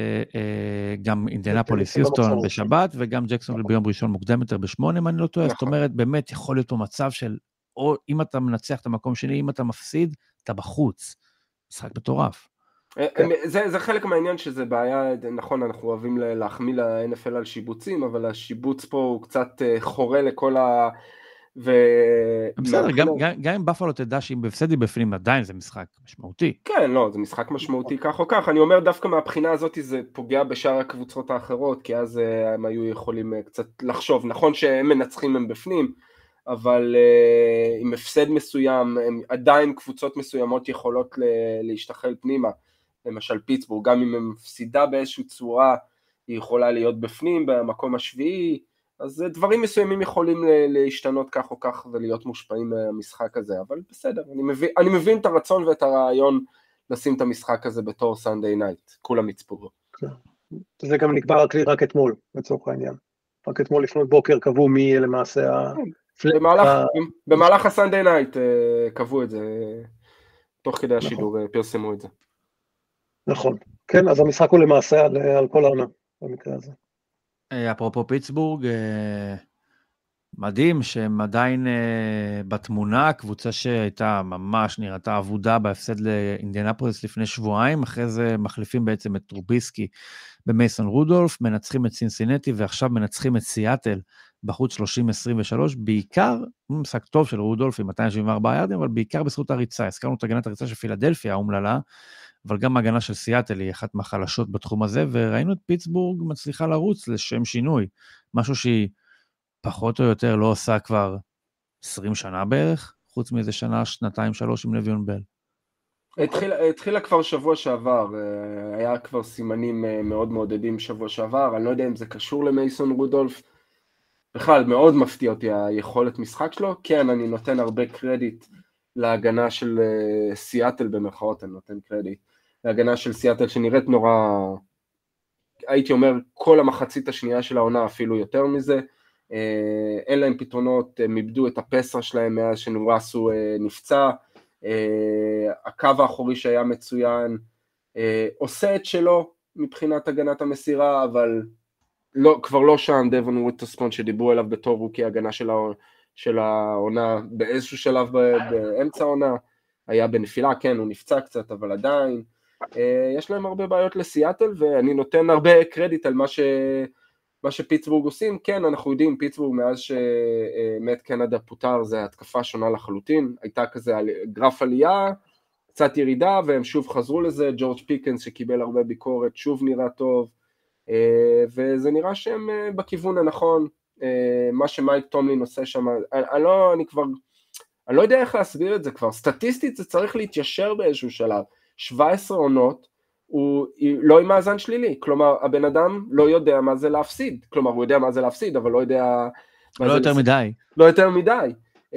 וגם אינדיאנפוליס יוסטון בשבת, וגם ג'קסונוויל ביום ראשון מוקדם יותר בשמונה, אם אני לא טועה. זאת אומרת, באמת יכול להיות פה מצב של, או אם אתה מנצח את המקום שני, אם אתה מפסיד, אתה בחוץ. משחק מטורף. זה, זה חלק מהעניין שזה בעיה, נכון, אנחנו אוהבים להחמיא ל-אן אף אל על שיבוצים, אבל השיבוץ פה הוא קצת חורה לכל ה... ו... בסדר, גם, גם, גם אם באפלו תדע שאם בהפסדי בפנים עדיין זה משחק משמעותי. כן, לא, זה משחק משמעותי כך או כך. אני אומר דווקא מהבחינה הזאת זה פוגע בשאר הקבוצות האחרות, כי אז הם היו יכולים קצת לחשוב. נכון שהם מנצחים הם בפנים, אבל uh, עם הפסד מסוים, הם, עדיין קבוצות מסוימות יכולות להשתחל פנימה. למשל פיטסבורג, גם אם הם מפסידה באיזושהי צורה, היא יכולה להיות בפנים, במקום השביעי, אז דברים מסוימים יכולים להשתנות כך או כך, ולהיות מושפעים מהמשחק הזה, אבל בסדר, אני מבין, אני מבין את הרצון ואת הרעיון, לשים את המשחק הזה בתור סנדיי נייט, כולם יצפו בו. זה גם נקבע רק, רק אתמול, לצורך העניין. רק אתמול לפנות בוקר קבעו מי למעשה ה... במהלך, במהלך הסנדיי נייט קבעו את זה, תוך כדי השידור פרסמו את זה. נכון, כן, אז המשחק הוא למעשה על, על כל העונה, במקרה הזה. אפרופו פיטסבורג, מדהים שהם עדיין בתמונה, קבוצה שהייתה ממש נראתה עבודה בהפסד לאינדיאנפוליס לפני שבועיים, אחרי זה מחליפים בעצם את טרוביסקי במייסון רודולף, מנצחים את סינסינטי, ועכשיו מנצחים את סיאטל בחוץ שלושים עשרים ושלוש, בעיקר, משחק טוב של רודולף עם מאתיים שבעים וארבעה ירדים, אבל בעיקר בזכות הריצה, הזכרנו את הגנת הריצה של פילדלפיה, האומללה, אבל גם ההגנה של סיאטל היא אחת מהחלשות בתחום הזה, וראינו את פיטסבורג מצליחה לרוץ לשם שינוי, משהו שהיא פחות או יותר לא עושה כבר עשרים שנה בערך, חוץ מאיזה שנה, שנתיים, שלוש עם לויון בל. התחילה, התחילה כבר שבוע שעבר, היה כבר סימנים מאוד מעודדים שבוע שעבר, אני לא יודע אם זה קשור למייסון רודולף, בכלל מאוד מפתיע אותי היכולת משחק שלו, כן אני נותן הרבה קרדיט להגנה של סיאטל במרכאות, אני נותן קרדיט, להגנה של סיאטל שנראית נורא, הייתי אומר כל המחצית השנייה של העונה אפילו יותר מזה, אין להם פתרונות, הם איבדו את הפסר שלהם מאז שנורסו נפצע, הקו האחורי שהיה מצוין, עושה את שלו מבחינת הגנת המסירה, אבל לא, כבר לא שם דבון ווטרספון שדיברו אליו בתור רוקי הגנה של, העונה, של העונה, באיזשהו שלב באמצע העונה, היה בנפילה, כן הוא נפצע קצת, אבל עדיין, יש להם הרבה בעיות לסיאטל, ואני נותן הרבה קרדיט על מה ש... מה שפיטסבורג עושים, כן, אנחנו יודעים, פיטסבורג מאז שמט קנדה פוטר, זה התקפה שונה לחלוטין, הייתה כזה גרף עלייה, קצת ירידה, והם שוב חזרו לזה, ג'ורג' פיקנס שקיבל הרבה ביקורת, שוב נראה טוב, וזה נראה שהם בכיוון הנכון, מה שמייק טומלין עושה שם, אני לא, אני כבר, אני לא יודע איך להסביר את זה כבר, סטטיסטית זה צריך להתיישר באיזשהו שלב, שבע עשרה עונות, הוא לא עם מאזן שלילי, כלומר הבן אדם לא יודע מה זה להפסיד, כלומר הוא יודע מה זה להפסיד, אבל לא יודע... לא יותר מדי. לא יותר מדי.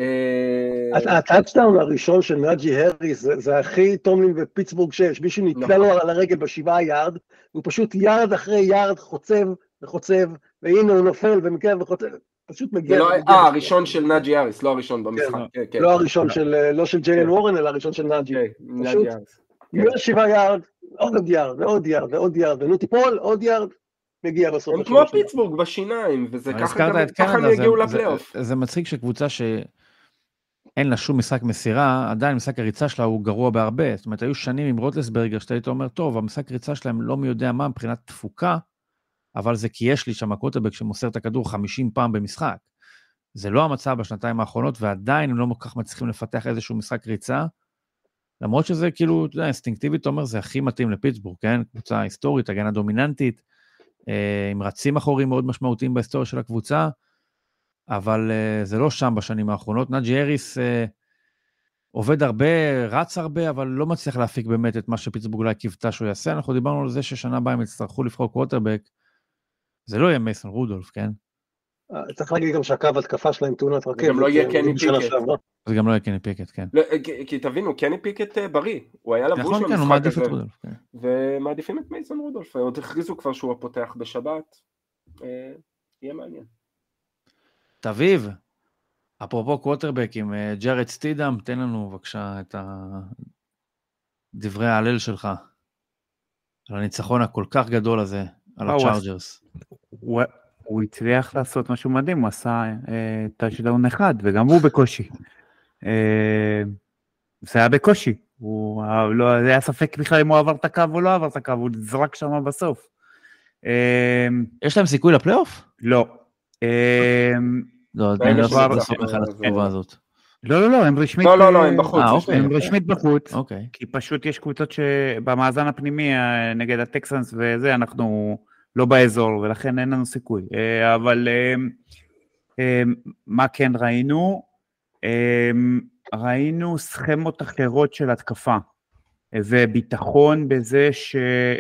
הטאצ'דאון הראשון של נאג'י הריס, זה הכי טומלין ופיטסבורג שיש, מישהו נתלה לו על הרגל בשבעה יארד, הוא פשוט יארד אחרי יארד חוצב וחוצב, והנה הוא נופל ומגיע וחוצב, פשוט מגיע. אה, הראשון של נאג'י הריס, לא הראשון במשחק. לא הראשון של, לא של ג'יילן וורן, אלא הראשון של נאג'י. פשוט, שבעה יארד, עוד יארד, ועוד יארד, ועוד יארד, ונו תיפול, עוד יארד, מגיע בסוף. הם כמו פיטסבורג בשיניים, וזה ככה הם יגיעו לפלייאוף. זה מצחיק שקבוצה שאין לה שום משחק מסירה, עדיין משחק הריצה שלה הוא גרוע בהרבה, זאת אומרת, היו שנים עם רוטלסברגר, שאתה היית אומר, טוב, המשחק הריצה שלהם לא מי יודע מה מבחינת תפוקה, אבל זה כי יש לי שם הקוטרבק שמוסר את הכדור חמישים פעם במשחק. זה לא המצב בשנתיים האחרונות, ועדיין הם לא כל כך מצליחים לפתח איזשהו משחק ריצה, למרות שזה כאילו, אתה יודע, אינסטינקטיבית, אומר, זה הכי מתאים לפיטסבורג, כן? קבוצה היסטורית, הגנה דומיננטית, עם רצים אחורים מאוד משמעותיים בהיסטוריה של הקבוצה, אבל זה לא שם בשנים האחרונות. נאג'י הריס עובד הרבה, רץ הרבה, אבל לא מצליח להפיק באמת את מה שפיטסבורג אולי קיוותה שהוא יעשה. אנחנו דיברנו על זה ששנה הבאה הם יצטרכו לבחור קווטרבק, זה לא יהיה מייסון רודולף, כן? צריך להגיד גם שהקו התקפה שלהם תאונת רכבת. זה גם לא יהיה קני פיקט. זה גם לא יהיה קני פיקט, כן. כי תבינו, קני פיקט בריא, הוא היה לבוש במשחק הזה, ומעדיפים את מייסון רודולף, עוד הכריזו כבר שהוא הפותח בשבת, יהיה מעניין. תביב, אפרופו קווטרבק עם ג'רד סטידם, תן לנו בבקשה את דברי ההלל שלך, על הניצחון הכל כך גדול הזה, על הצ'ארג'רס. הוא הצליח לעשות משהו מדהים, הוא עשה טאצ'דאון אחד, וגם הוא בקושי. זה היה בקושי, זה היה ספק בכלל אם הוא עבר את הקו או לא עבר את הקו, הוא זרק שם בסוף. יש להם סיכוי לפלייאוף? לא. לא, אני לא יכול לעשות לך לתגובה הזאת. לא, לא, לא, הם רשמית... לא, לא, לא, הם בחוץ. הם רשמית בחוץ, כי פשוט יש קבוצות שבמאזן הפנימי, נגד הטקסנס וזה, אנחנו... לא באזור, ולכן אין לנו סיכוי. אבל מה כן ראינו? ראינו סכמות אחרות של התקפה, וביטחון בזה ש...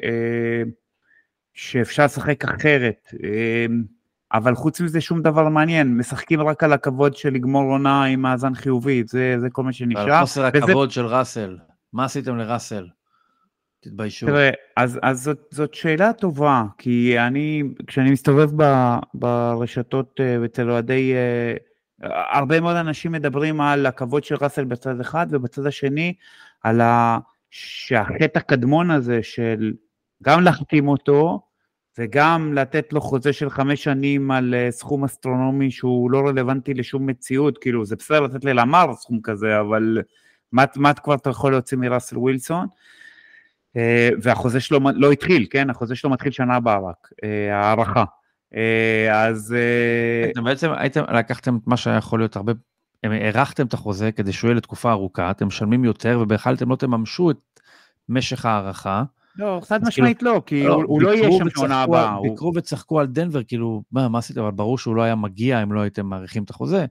שאפשר לשחק אחרת. אבל חוץ מזה שום דבר מעניין, משחקים רק על הכבוד של לגמור עונה עם מאזן חיובי, זה, זה כל מה שנשאר. על חוסר הכבוד וזה... של ראסל, מה עשיתם לראסל? תתביישו. תראה, אז, אז זאת, זאת שאלה טובה, כי אני, כשאני מסתובב ב, ברשתות אצל אוהדי, הרבה מאוד אנשים מדברים על הכבוד של ראסל בצד אחד, ובצד השני, על ה, שהחטא הקדמון הזה של גם להחתים אותו, וגם לתת לו חוזה של חמש שנים על סכום אסטרונומי שהוא לא רלוונטי לשום מציאות, כאילו זה בסדר לתת ללמר סכום כזה, אבל מה, מה כבר אתה יכול להוציא מראסל ווילסון? והחוזה שלו לא התחיל, כן? החוזה שלו מתחיל שנה הבאה רק, הערכה. אז... בעצם הייתם, לקחתם את מה שהיה יכול להיות הרבה, הערכתם את החוזה כדי שהוא יהיה לתקופה ארוכה, אתם משלמים יותר, ובכלל אתם לא תממשו את משך הערכה. לא, חד משמעית לא, כי הוא לא יהיה שם שנה הבאה. ביקרו וצחקו על דנבר, כאילו, מה עשיתם? אבל ברור שהוא לא היה מגיע אם לא הייתם מעריכים את החוזה.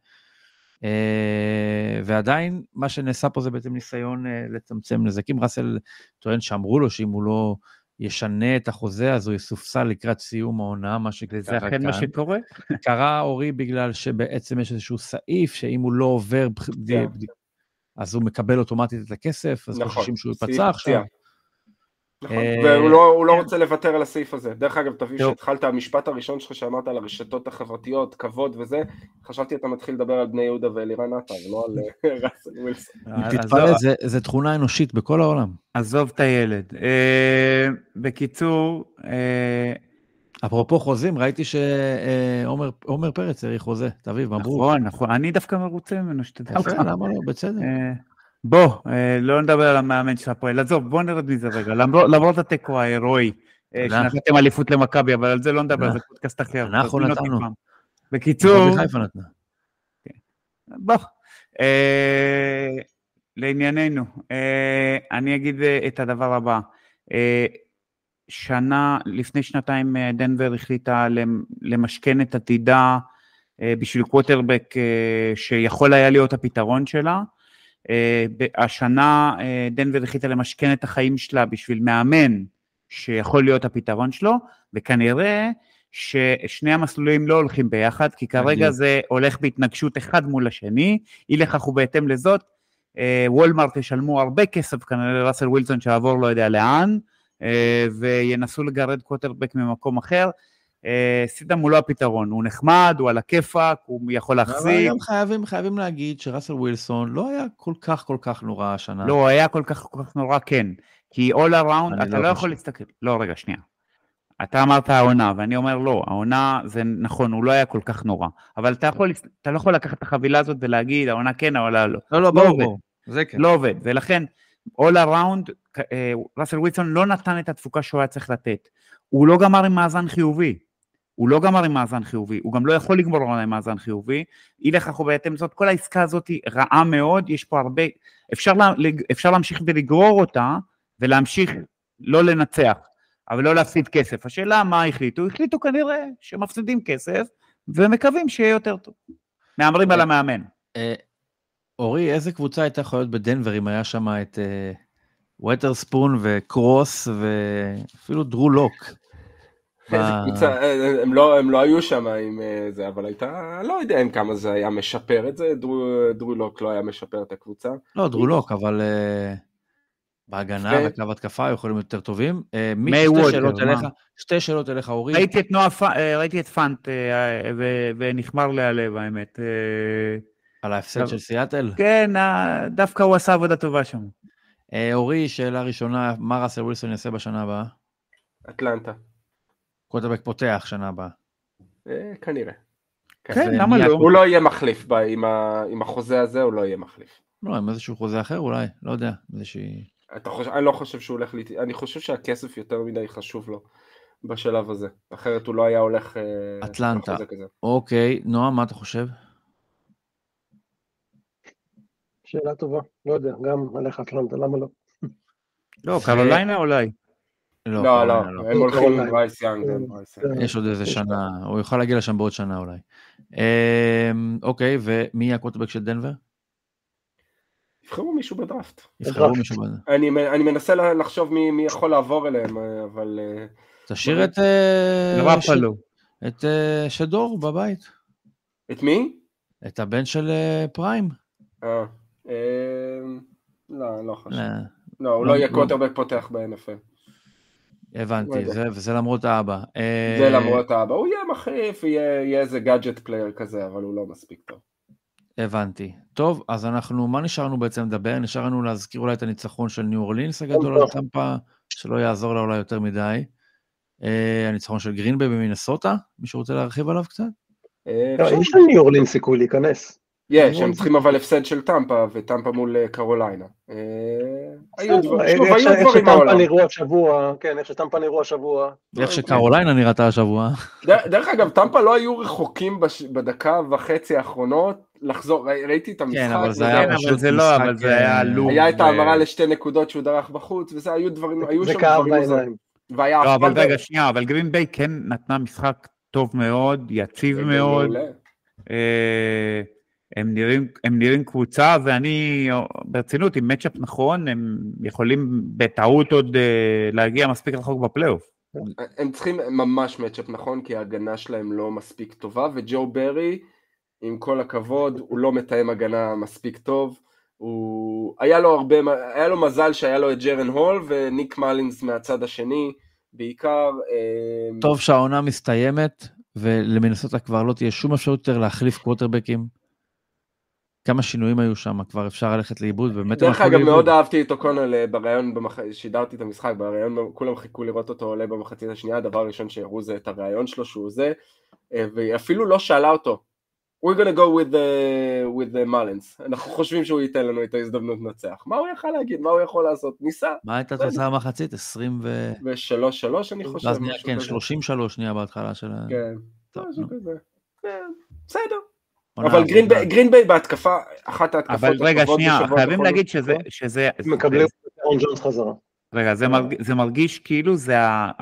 ועדיין מה שנעשה פה זה בעצם ניסיון לצמצם נזקים. ראסל טוען שאמרו לו שאם הוא לא ישנה את החוזה, אז הוא יסופסל לקראת סיום העונה, מה שקרה זה אכן מה שקורה? קרה אורי בגלל שבעצם יש איזשהו סעיף, שאם הוא לא עובר, אז הוא מקבל אוטומטית את הכסף, אז חוששים שהוא יפצע עכשיו. נכון, והוא לא רוצה לוותר על הסעיף הזה. דרך אגב, תביא שהתחלת, המשפט הראשון שלך שאמרת על הרשתות החברתיות, כבוד וזה, חשבתי אתה מתחיל לדבר על בני יהודה ואלירן עטר, לא על ראסל ווילסון. תתפלא, זה תכונה אנושית בכל העולם. עזוב את הילד. בקיצור... אפרופו חוזים, ראיתי שעומר פרץ הריך חוזה, תביב, מברוק. נכון, נכון, אני דווקא מרוצה ממנו שתדע. למה לא, בצדק. בוא, לא נדבר על המאמן של הפועל, עזוב, בוא נרד מזה רגע, למרות התיקו ההירואי, שנתתם אליפות למכבי, אבל על זה לא נדבר, זה פודקאסט אחר. אנחנו נתנו. בקיצור, בחיפה נתנה. בוא, לענייננו, אני אגיד את הדבר הבא, שנה, לפני שנתיים דנבר החליטה למשכן את עתידה, בשביל קווטרבק שיכול היה להיות הפתרון שלה, השנה דנבר החליטה למשכן את החיים שלה בשביל מאמן שיכול להיות הפתרון שלו, וכנראה ששני המסלולים לא הולכים ביחד, כי כרגע זה הולך בהתנגשות אחד מול השני, אי לכך ובהתאם לזאת, וולמרט ישלמו הרבה כסף כנראה לראסל ווילסון שעבור לא יודע לאן, וינסו לגרד קווטרבק ממקום אחר, סידם הוא לא הפתרון, הוא נחמד, הוא על הכיפק, הוא יכול להחזיק. גם חייבים, חייבים להגיד שראסל ווילסון לא היה כל כך כל כך נורא השנה. לא, היה כל כך כל כך נורא, כן. כי all around, אתה לא יכול להסתכל. לא, רגע, שנייה. אתה אמרת העונה, ואני אומר לא, העונה זה נכון, הוא לא היה כל כך נורא. אבל אתה יכול, אתה לא יכול לקחת את החבילה הזאת ולהגיד, העונה כן, העונה לא. לא, לא, בואו, בואו. זה כן. לא עובד, ולכן, all around, ראסל ווילסון לא נתן את התפוקה שהוא היה צריך לתת. הוא לא גמר עם מאזן חיובי. הוא לא גמר עם מאזן חיובי, הוא גם לא יכול לגמור עם מאזן חיובי, אי לכך ובהתאם זאת, כל העסקה הזאת היא רעה מאוד, יש פה הרבה, אפשר, לה, אפשר להמשיך ולגרור אותה, ולהמשיך לא לנצח, אבל לא להפסיד כסף. השאלה מה החליטו? החליטו כנראה שמפסידים כסף, ומקווים שיהיה יותר טוב. מאמרים על המאמן. אורי, איזה קבוצה הייתה יכולה להיות בדנבר, אם היה שם את ווטרספון וקרוס, ואפילו דרו לוק? הם לא, הם לא היו שם עם זה, אבל הייתה, לא יודע אם כמה זה היה משפר את זה, דרולוק לא היה משפר את הקבוצה. לא, דרולוק, אבל בהגנה וקו התקפה יכולים יותר טובים. שתי שאלות אליך, אורי. ראיתי את פאנט ונחמר להלב, האמת. על ההפסד של סיאטל? כן, דווקא הוא עשה עבודה טובה שם. אורי, שאלה ראשונה, מה ראסל ווילסון יעשה בשנה הבאה? אטלנטה. קווטרבק פותח שנה הבאה. כנראה. כן, למה לא? הוא לא יהיה מחליף, עם החוזה הזה הוא לא יהיה מחליף. לא, עם איזשהו חוזה אחר אולי, לא יודע. אני לא חושב שהוא הולך, אני חושב שהכסף יותר מדי חשוב לו בשלב הזה, אחרת הוא לא היה הולך אטלנטה. אוקיי, נועם, מה אתה חושב? שאלה טובה, לא יודע, גם הלך אטלנטה, למה לא? לא, קרוליינה אולי. לא, לא, הם הולכים עם ברייס יאנג. יש עוד איזה שנה, הוא יוכל להגיע לשם בעוד שנה אולי. אוקיי, ומי יהיה הקווטרבק של דנבר? יבחרו מישהו בדראפט. יבחרו מישהו בדראפט. אני מנסה לחשוב מי יכול לעבור אליהם, אבל... תשאיר את... את שדור בבית. את מי? את הבן של פריים. אה, לא, לא חושב. לא, הוא לא יהיה קווטרבק פותח ב-אן אף אל. הבנתי, וזה למרות האבא. זה למרות האבא, הוא יהיה מחליף, יהיה איזה גאדג'ט פלייר כזה, אבל הוא לא מספיק טוב. הבנתי. טוב, אז אנחנו, מה נשארנו בעצם לדבר? נשארנו להזכיר אולי את הניצחון של ניו אורלינס הגדול על טמפה, שלא יעזור לה אולי יותר מדי. הניצחון של גרין ביי במינסוטה, מישהו רוצה להרחיב עליו קצת? יש לניו אורלינס סיכוי להיכנס. יש, הם צריכים אבל הפסד של טמפה, וטמפה מול קרוליינה. היו דברים מהעולם. כן, איך שטמפה נראו השבוע. איך שקרוליינה נראתה השבוע. דרך אגב, טמפה לא היו רחוקים בדקה וחצי האחרונות, לחזור, ראיתי את המשחק. כן, אבל זה היה פשוט משחק, אבל זה היה עלוב. היה את ההמרה לשתי נקודות שהוא דרך בחוץ, וזה היו דברים, היו שם דברים מוזרים. לא, אבל רגע, שנייה, אבל גרין ביי כן נתנה משחק טוב מאוד, יציב מאוד. הם נראים, הם נראים קבוצה, ואני, ברצינות, עם מצ'אפ נכון, הם יכולים בטעות עוד להגיע מספיק רחוק בפלייאוף. הם צריכים ממש מצ'אפ נכון, כי ההגנה שלהם לא מספיק טובה, וג'ו ברי, עם כל הכבוד, הוא לא מתאם הגנה מספיק טוב, הוא, היה לו הרבה, היה לו מזל שהיה לו את ג'רן הול, וניק מלינס מהצד השני, בעיקר... טוב שהעונה מסתיימת, ולמנסוטה כבר לא תהיה שום אפשרות יותר להחליף קווטרבקים, כמה שינויים היו שם, כבר אפשר ללכת לאיבוד, ובאמת... דרך אגב, מאוד אהבתי את אוקונל בראיון, שידרתי את המשחק, בראיון כולם חיכו לראות אותו עולה במחצית השנייה, הדבר הראשון שהראו זה את הראיון שלו, שהוא זה, ואפילו לא שאלה אותו, we're gonna go with the, with the Mullins, אנחנו חושבים שהוא ייתן לנו את ההזדמנות לנצח, מה הוא יכול להגיד, מה הוא יכול לעשות, ניסה. מה הייתה תוצאה המחצית? עשרים ו... ושלוש שלוש אני חושב. כן, שלושים ושלוש שנייה בהתחלה של... כן, משהו כזה, בסדר. אבל גרין ביי בהתקפה, אחת ההתקפות אבל רגע, שנייה, חייבים להגיד שזה... מקבלים את אהרון ג'ונס חזרה. רגע, זה מרגיש כאילו זה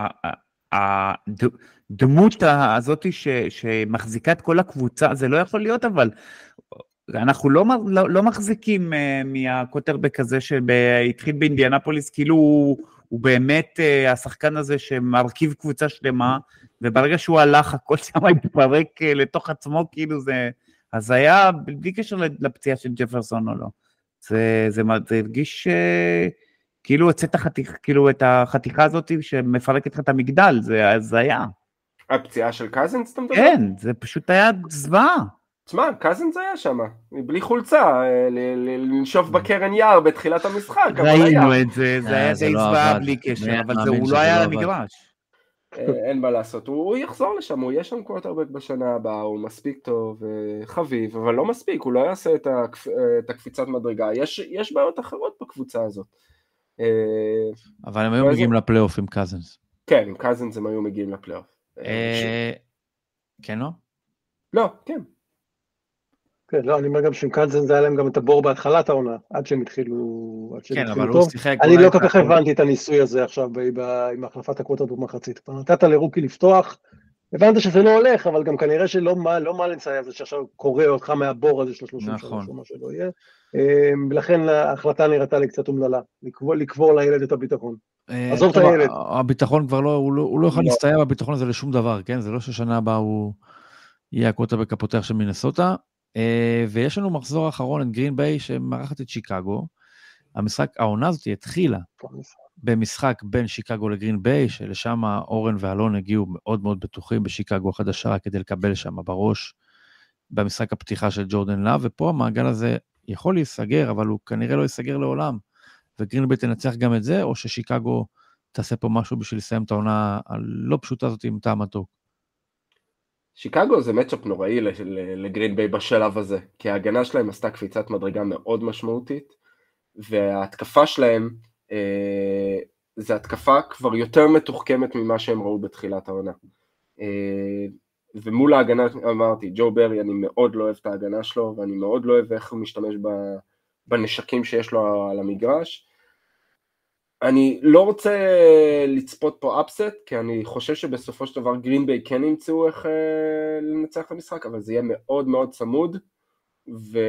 הדמות הזאת שמחזיקה את כל הקבוצה, זה לא יכול להיות, אבל אנחנו לא מחזיקים מהקוטרבק הזה שהתחיל באינדיאנפוליס, כאילו הוא באמת השחקן הזה שמרכיב קבוצה שלמה, וברגע שהוא הלך, הכל שם התפרק לתוך עצמו, כאילו זה... אז היה, בלי קשר לפציעה של ג'פרסון או לא, זה, זה, זה הרגיש כאילו הצאת החתיך, כאילו את החתיכה הזאת שמפרקת לך את המגדל, זה, זה היה. הפציעה של קזינס אתה מדבר? כן, זה פשוט היה זוועה. תשמע, קזינס היה שם, בלי חולצה, לנשוף בקרן יער בתחילת המשחק. ראינו את זה, זה היה די זוועה בלי קשר, אבל הוא לא היה למגרש. אין מה לעשות, הוא יחזור לשם, הוא יהיה שם קווטרבק בשנה הבאה, הוא מספיק טוב, חביב, אבל לא מספיק, הוא לא יעשה את הקפיצת מדרגה, יש בעיות אחרות בקבוצה הזאת. אבל הם היו מגיעים לפלייאוף עם קזינס. כן, עם קזינס הם היו מגיעים לפלייאוף. כן, לא? לא, כן. כן, לא, אני אומר גם שעם קזינס זה היה להם גם את הבור בהתחלת העונה, עד שהם התחילו טוב. כן, אבל הוא שיחק... אני לא כל כך הבנתי את הניסוי הזה עכשיו, עם החלפת הקווטרבק במחצית. נתת לרוקי לפתוח, הבנת שזה לא הולך, אבל גם כנראה שלא מלינס היה זה שעכשיו קורא אותך מהבור הזה של שלושים שלוש, או מה שלא יהיה. ולכן ההחלטה נראתה לי קצת אומללה, לקבור לילד את הביטחון. עזוב את הילד. הביטחון כבר לא, הוא לא יכול להסתייע בביטחון הזה לשום דבר, כן? זה לא ששנה הבאה הוא יהיה הקווטרבק הפותח של מינסוטה. ויש לנו מחזור האחרון את גרין ביי שמארחת את שיקגו. המשחק, העונה הזאת התחילה במשחק בין שיקגו לגרין ביי, שלשם אורן ואלון הגיעו מאוד מאוד בטוחים בשיקגו החדשה, כדי לקבל שם בראש במשחק הפתיחה של ג'ורדן לאב, ופה המעגל הזה יכול להיסגר, אבל הוא כנראה לא ייסגר לעולם, וגרין ביי תנצח גם את זה, או ששיקגו תעשה פה משהו בשביל לסיים את העונה הלא פשוטה הזאת עם טעם מתוק. שיקגו זה מצ'אפ נוראי לגרין ביי בשלב הזה, כי ההגנה שלהם עשתה קפיצת מדרגה מאוד משמעותית, וההתקפה שלהם, אה, זה התקפה כבר יותר מתוחכמת ממה שהם ראו בתחילת העונה. אה, ומול ההגנה, אמרתי, ג'ו ברי, אני מאוד לא אוהב את ההגנה שלו, ואני מאוד לא אוהב איך הוא משתמש בנשקים שיש לו על המגרש. אני לא רוצה לצפות פה אפסט, כי אני חושב שבסופו של דבר גרין ביי כן ימצאו איך אה, לנצח את המשחק, אבל זה יהיה מאוד מאוד צמוד, ו...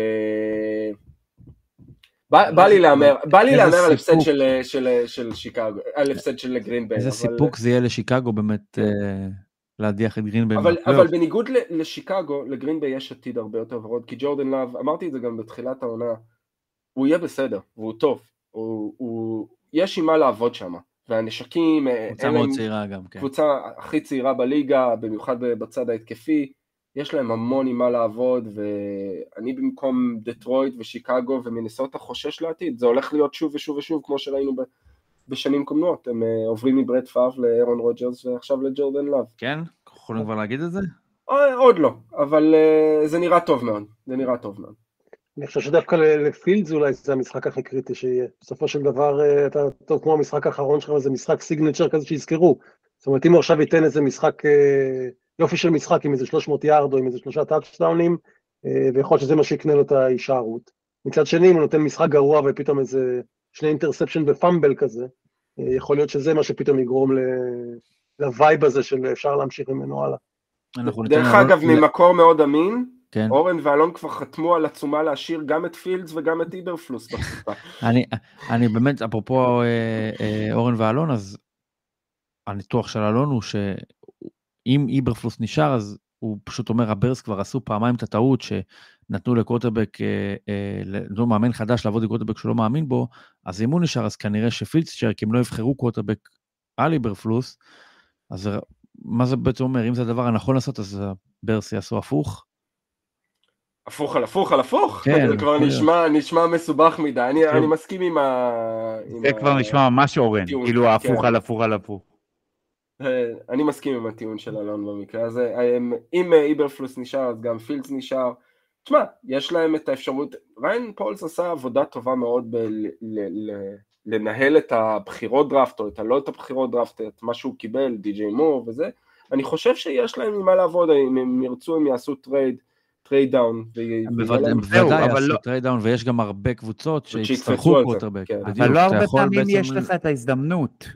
בא, בא לי לאמר, בא לי לאמר על הפסד של, של, של שיקגו, על הפסד של גרין ביי. איזה אבל... סיפוק זה יהיה לשיקגו באמת אה, להדיח את גרין ביי. אבל, אבל בניגוד לשיקגו, לגרין ביי יש עתיד הרבה יותר ורוד, כי ג'ורדן לאב, אמרתי את זה גם בתחילת העונה, הוא יהיה בסדר, והוא טוב, הוא... הוא... יש עם מה לעבוד שם, והנשקים, קבוצה מאוד צעירה גם, כן. קבוצה הכי צעירה בליגה, במיוחד בצד ההתקפי, יש להם המון עם מה לעבוד, ואני במקום דטרויט ושיקגו ומינסוטה חושש לעתיד, זה הולך להיות שוב ושוב ושוב, כמו שראינו בשנים קודמות, הם עוברים מברט פאב לאירון רוג'רס, ועכשיו לג'ורדן לאב. כן? יכולים כבר להגיד את זה? עוד לא, אבל זה נראה טוב מאוד, זה נראה טוב מאוד. אני חושב שדווקא לפילדס אולי זה המשחק הכי קריטי שיהיה. בסופו של דבר, אתה טוב כמו המשחק האחרון שלך, זה משחק סיגנצ'ר כזה שיזכרו. זאת אומרת, אם הוא עכשיו ייתן איזה משחק, יופי של משחק עם איזה שלוש מאות יארד או עם איזה שלושה טאצ'דאונים, ויכול להיות שזה מה שיקנה לו את ההישארות. מצד שני, אם הוא נותן משחק גרוע ופתאום איזה שני אינטרספשן ופאמבל כזה, יכול להיות שזה מה שפתאום יגרום לווייב הזה של אפשר להמשיך ממנו הלאה. דרך אגב, ממקור מאוד אמין, אורן ואלון כבר חתמו על עצומה להשאיר גם את פילדס וגם את איברפלוס בקבוצה. אני באמת, אפרופו אורן ואלון, אז הניתוח של אלון הוא שאם איברפלוס נשאר, אז הוא פשוט אומר, הברס כבר עשו פעמיים את הטעות שנתנו לקווטרבק, לא מאמן חדש לעבוד לקווטרבק שלא מאמין בו, אז אם הוא נשאר, אז כנראה שפילדס נשאר, כי הם לא יבחרו קווטרבק על איברפלוס, אז מה זה בעצם אומר? אם זה הדבר הנכון לעשות, אז הברס יעשו הפוך? הפוך על הפוך על הפוך? זה כבר נשמע מסובך מדי, אני מסכים עם ה... זה כבר נשמע ממש אורן, כאילו הפוך על הפוך על הפוך. אני מסכים עם הטיעון של אלון במקרה הזה, אם איברפלוס נשאר, אז גם פילדס נשאר. תשמע, יש להם את האפשרות, ריין פולס עשה עבודה טובה מאוד לנהל את הבחירות דראפט, או את הלא את הבחירות דראפט, את מה שהוא קיבל, די-ג'יי מור וזה. אני חושב שיש להם ממה לעבוד, אם הם ירצו, הם יעשו טרייד, טרייד דאון. בוודאי יעשו טרייד דאון, ויש גם הרבה קבוצות שיצטרכו קווטרבק. אבל לא הרבה פעמים יש לך את ההזדמנות.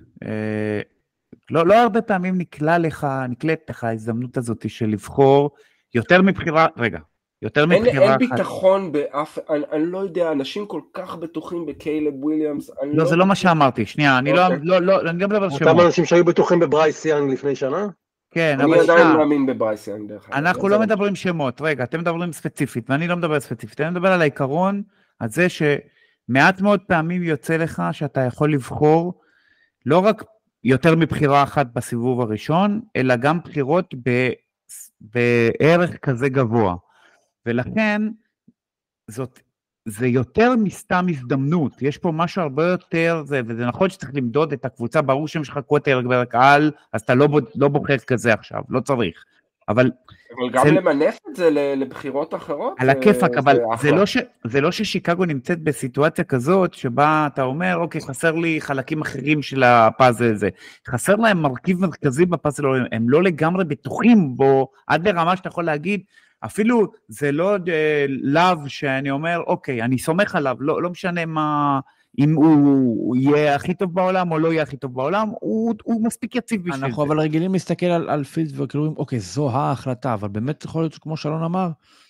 לא, לא הרבה פעמים נקלע לך, נקלט לך ההזדמנות הזאת של לבחור יותר מבחירה, רגע, יותר מבחירה אחת. אין ביטחון באף, אני, אני לא יודע, אנשים כל כך בטוחים בקיילב וויליאמס. לא, לא, זה לא מה שאמרתי, שנייה, אני לא, לא, לא, אני גם מדבר על שמות. אותם אנשים שהיו בטוחים בברייס יאנג לפני שנה? כן, אני עדיין מאמין בברייס יאנג דרך אגב. אנחנו לא מדברים שמות, רגע, אתם מדברים ספציפית, ואני לא מדבר ספציפית, אני מדבר על העיקרון, על זה שמעט מאוד פעמים יוצא לך שאתה יכול לבחור, לא רק יותר מבחירה אחת בסיבוב הראשון, אלא גם בחירות ב, בערך כזה גבוה. ולכן, זאת, זה יותר מסתם הזדמנות. יש פה משהו הרבה יותר, זה, וזה נכון שצריך למדוד את הקבוצה, ברור שהם שלך קווטר קהל, אז אתה לא, לא בוחר כזה עכשיו, לא צריך. אבל... אבל גם זה... למנף את זה לבחירות אחרות? על הכיפק, אבל זה לא, ש... זה לא ששיקגו נמצאת בסיטואציה כזאת, שבה אתה אומר, אוקיי, חסר לי חלקים אחרים של הפאזל הזה. חסר להם מרכיב מרכזי בפאזל, הם לא לגמרי בטוחים בו, עד לרמה שאתה יכול להגיד, אפילו זה לא לאו שאני אומר, אוקיי, אני סומך עליו, לא, לא משנה מה... אם הוא, הוא יהיה הכי טוב בעולם או לא יהיה הכי טוב בעולם, הוא, הוא מספיק יציב בשביל זה. אנחנו אבל רגילים להסתכל על, על פילדס וכאילו, אוקיי, זו ההחלטה, אבל באמת יכול להיות כמו שלון אמר,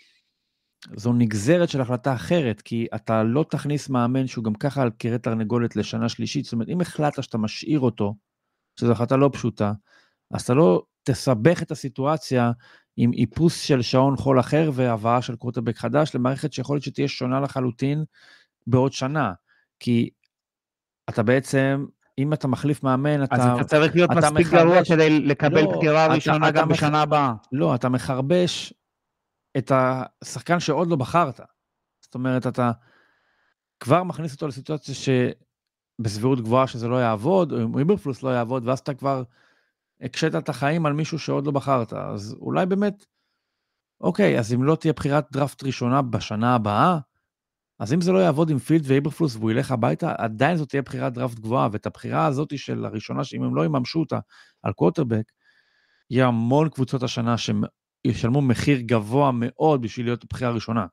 זו נגזרת של החלטה אחרת, כי אתה לא תכניס מאמן שהוא גם ככה על קרי תרנגולת לשנה שלישית, זאת אומרת, אם החלטת שאתה משאיר אותו, שזו החלטה לא פשוטה, אז אתה לא תסבך את הסיטואציה עם איפוס של שעון חול אחר והבאה של קווטרבק חדש, למערכת שיכול להיות שתהיה שונה לחלוטין בעוד שנה. כי אתה בעצם, אם אתה מחליף מאמן, אתה... אז אתה צריך להיות מספיק גרוע כדי לקבל בחירה ראשונה גם בשנה הבאה. לא, אתה מחרבש את השחקן שעוד לא בחרת. זאת אומרת, אתה כבר מכניס אותו לסיטואציה שבסבירות גבוהה שזה לא יעבוד, או אם איברפלוס לא יעבוד, ואז אתה כבר הקשת את החיים על מישהו שעוד לא בחרת. אז אולי באמת, אוקיי, אז אם לא תהיה בחירת דראפט ראשונה בשנה הבאה, אז אם זה לא יעבוד עם פילד ואיברפלוס והוא ילך הביתה, עדיין זאת תהיה בחירת דראפט גבוהה, ואת הבחירה הזאת של הראשונה, שאם הם לא יממשו אותה על קווטרבק, יהיה המון קבוצות השנה שישלמו מחיר גבוה מאוד בשביל להיות הבחירה הראשונה.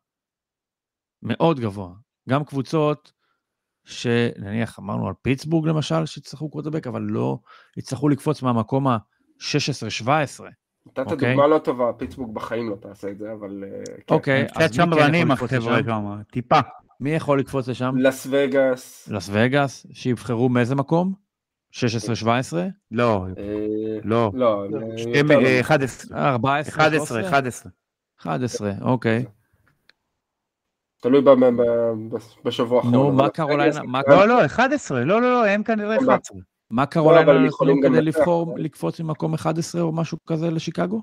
מאוד גבוה. גם קבוצות שנניח אמרנו על פיטסבורג למשל, שצריכו קווטרבק, אבל לא יצטרכו לקפוץ מהמקום ה-שש עשרה שבע עשרה. נתת דוגמה לא טובה, פיטסבורג בחיים לא תעשה את זה, אבל... אוקיי, אז מי כן יכול לקפוץ לשם? טיפה. מי יכול לקפוץ לשם? לס וגאס. לס וגאס, שיבחרו מאיזה מקום? שש עשרה שבע עשרה? לא, לא. לא, אחת עשרה. ארבע עשרה, אחת עשרה, אחת עשרה. אחת עשרה, אוקיי. תלוי בשבוע האחרון. נו, מה קרוליינה? לא, לא, אחת עשרה, לא, לא, לא, הם כנראה אחת עשרה. מה קרוליינה נתנו כדי לבחור, לקפוץ ממקום אחד עשרה או משהו כזה לשיקגו?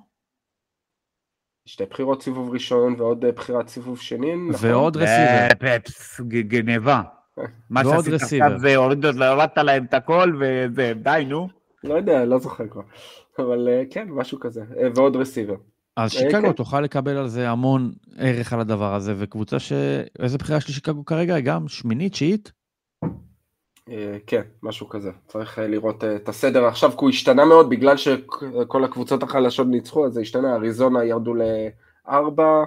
שתי בחירות סיבוב ראשון ועוד בחירת סיבוב שני, נכון? ועוד רסיבר. פפס, גנבה. ועוד רסיבר. והורדת להם את הכל וזה, די, נו. לא יודע, לא זוכר כבר. אבל כן, משהו כזה. ועוד רסיבר. אז שיקגו תוכל לקבל על זה המון ערך על הדבר הזה, וקבוצה ש... איזה בחירה של שיקגו כרגע? גם שמינית, תשיעית? כן, משהו כזה. צריך לראות את הסדר. עכשיו, כי הוא השתנה מאוד, בגלל שכל הקבוצות החלשות ניצחו, אז זה השתנה. אריזונה ירדו לארבע.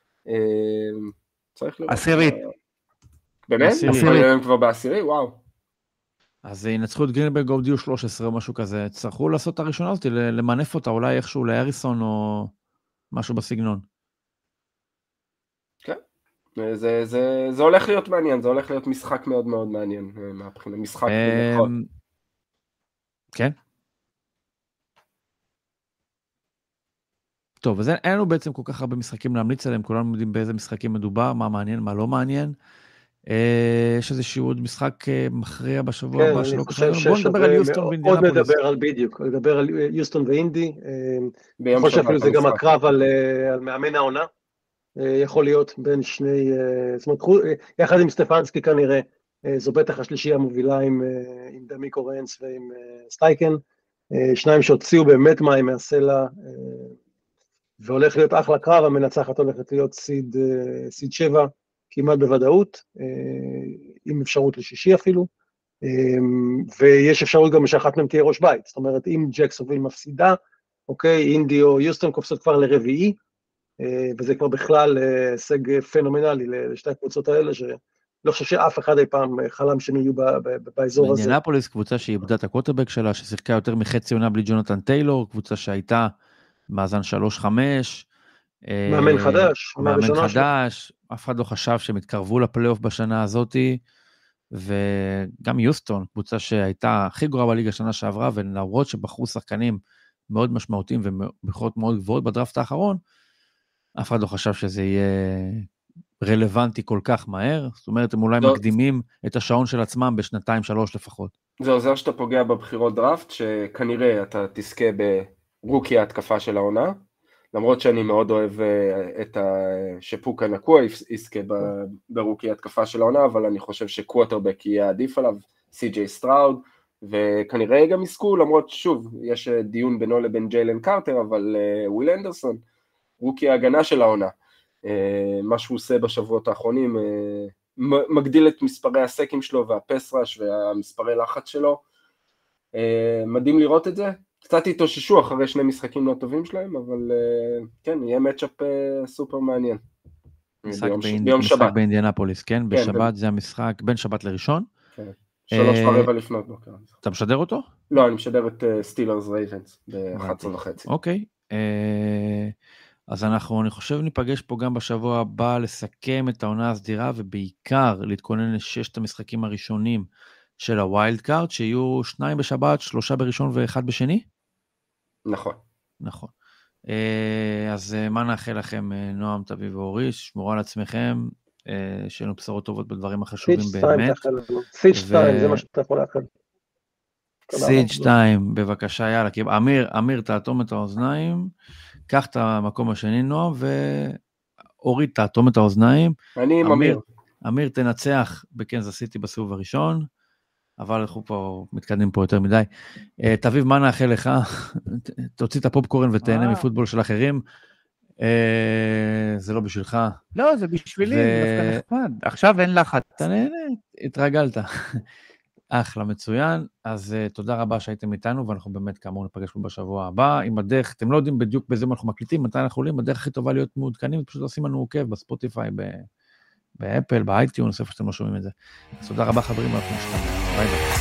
צריך לראות. עשירית. באמת? עשירית. הם כבר בעשירי? וואו. אז ינצחו את גרינברג או דיו שלוש עשרה או משהו כזה. צריכו לעשות את הראשונה הזאת, למנף אותה, אולי איכשהו לאריסון או משהו בסגנון. כן. זה, זה, זה הולך להיות מעניין, זה הולך להיות משחק מאוד מאוד מעניין, מהבחינה, משחק במיוחד. כן. טוב, אז אין לנו בעצם כל כך הרבה משחקים להמליץ עליהם, כולנו יודעים באיזה משחקים מדובר, מה מעניין, מה לא מעניין. יש איזשהו עוד משחק מכריע בשבוע הבא שלא קשור. בואו נדבר על יוסטון ואינדיאנפוליס. עוד נדבר על בדיוק, נדבר על יוסטון ואינדי. אני חושב שאפילו זה גם הקרב על מאמן העונה. יכול להיות בין שני, זאת אומרת, יחד עם סטפנסקי כנראה, זו בטח השלישי המובילה עם, עם דמיקו רנס ועם סטייקן, שניים שהוציאו באמת מים מהסלע, והולך להיות אחלה קרב, המנצחת הולכת להיות סיד, סיד שבע, כמעט בוודאות, עם אפשרות לשישי אפילו, ויש אפשרות גם שאחת מהם תהיה ראש בית, זאת אומרת, אם ג'קסונוויל מפסידה, אוקיי, אינדי או יוסטון קופצות כבר לרביעי, וזה כבר בכלל הישג פנומנלי לשתי הקבוצות האלה, שלא חושב שאף אחד אי פעם חלם שהם יהיו באזור הזה. אינדיאנפוליס, קבוצה שאיבדה את הקווטרבק שלה, ששיחקה יותר מחצי עונה בלי ג'ונתן טיילור, קבוצה שהייתה מאזן שלוש חמש, מאמן חדש, מאמן חדש, אף אחד לא חשב שהם התקרבו לפלייאוף בשנה הזאת, וגם יוסטון, קבוצה שהייתה הכי גרועה בליגה שנה שעברה, ולמרות שבחרו שחקנים מאוד משמעותיים ובחירות מאוד גבוהות בדראפט האחרון, אף אחד לא חשב שזה יהיה רלוונטי כל כך מהר, זאת אומרת, הם אולי זאת... מקדימים את השעון של עצמם בשנתיים, שלוש לפחות. זה עוזר שאתה פוגע בבחירות דראפט, שכנראה אתה תזכה ברוקי ההתקפה של העונה, למרות שאני מאוד אוהב את שפוקה נקוע יזכה ברוקי ההתקפה של העונה, אבל אני חושב שקווטרבק יהיה עדיף עליו, סי.ג'יי סטראוד, וכנראה גם יזכו, למרות שוב, יש דיון בינו לבין ג'יילן קארטר, אבל וויל אנדרסון, רוקי ההגנה של העונה, מה שהוא עושה בשבועות האחרונים, מגדיל את מספרי הסקים שלו, והפס רש והמספרי לחץ שלו, מדהים לראות את זה, קצת התאוששו אחרי שני משחקים לא טובים שלהם, אבל כן, יהיה מצ'אפ סופר מעניין. ביום שבת. משחק באינדיאנפוליס, כן? בשבת זה המשחק, בין שבת לראשון. כן, שלוש ורבע לפנות בוקר. אתה משדר אותו? לא, אני משדר את סטילרס רייבנס ב-אחת עשרה וחצי. אוקיי. אז אנחנו, אני חושב, ניפגש פה גם בשבוע הבא לסכם את העונה הסדירה, ובעיקר להתכונן לששת המשחקים הראשונים של הווילד קארד, שיהיו שניים בשבת, שלושה בראשון ואחד בשני? נכון. נכון. אז מה נאחל לכם, נועם, תביא ואורי, שמרו על עצמכם, שיהיו לנו בשורות טובות בדברים החשובים באמת. סיד שתיים, זה מה שאתה יכול לאחל. סיד שתיים, בבקשה, יאללה, כי אמיר, אמיר, תאטום את האוזניים, קח את המקום השני, נועם, ואורי, תאטום את האוזניים. אני עם אמיר. אמיר, תנצח בקנזס סיטי בסיבוב הראשון, אבל אנחנו פה מתקדמים פה יותר מדי. תביב, מה נאחל לך? תוציא את הפופקורן ותהנה מפוטבול של אחרים. זה לא בשבילך. לא, זה בשבילי, דווקא נחמד. עכשיו אין לחץ. אתה נהנה, התרגלת. אחלה, מצוין. אז תודה רבה שהייתם איתנו, ואנחנו באמת כאמור נפגש פה בשבוע הבא. עם הדרך, אתם לא יודעים בדיוק באיזה מה אנחנו מקליטים, מתי אנחנו עולים, הדרך הכי טובה להיות מעודכנים, פשוט עושים לנו עוקב בספוטיפיי, באפל, באייטיונס, איפה שאתם לא שומעים את זה. אז תודה רבה חברים, ואנחנו נשתמע. ביי ביי.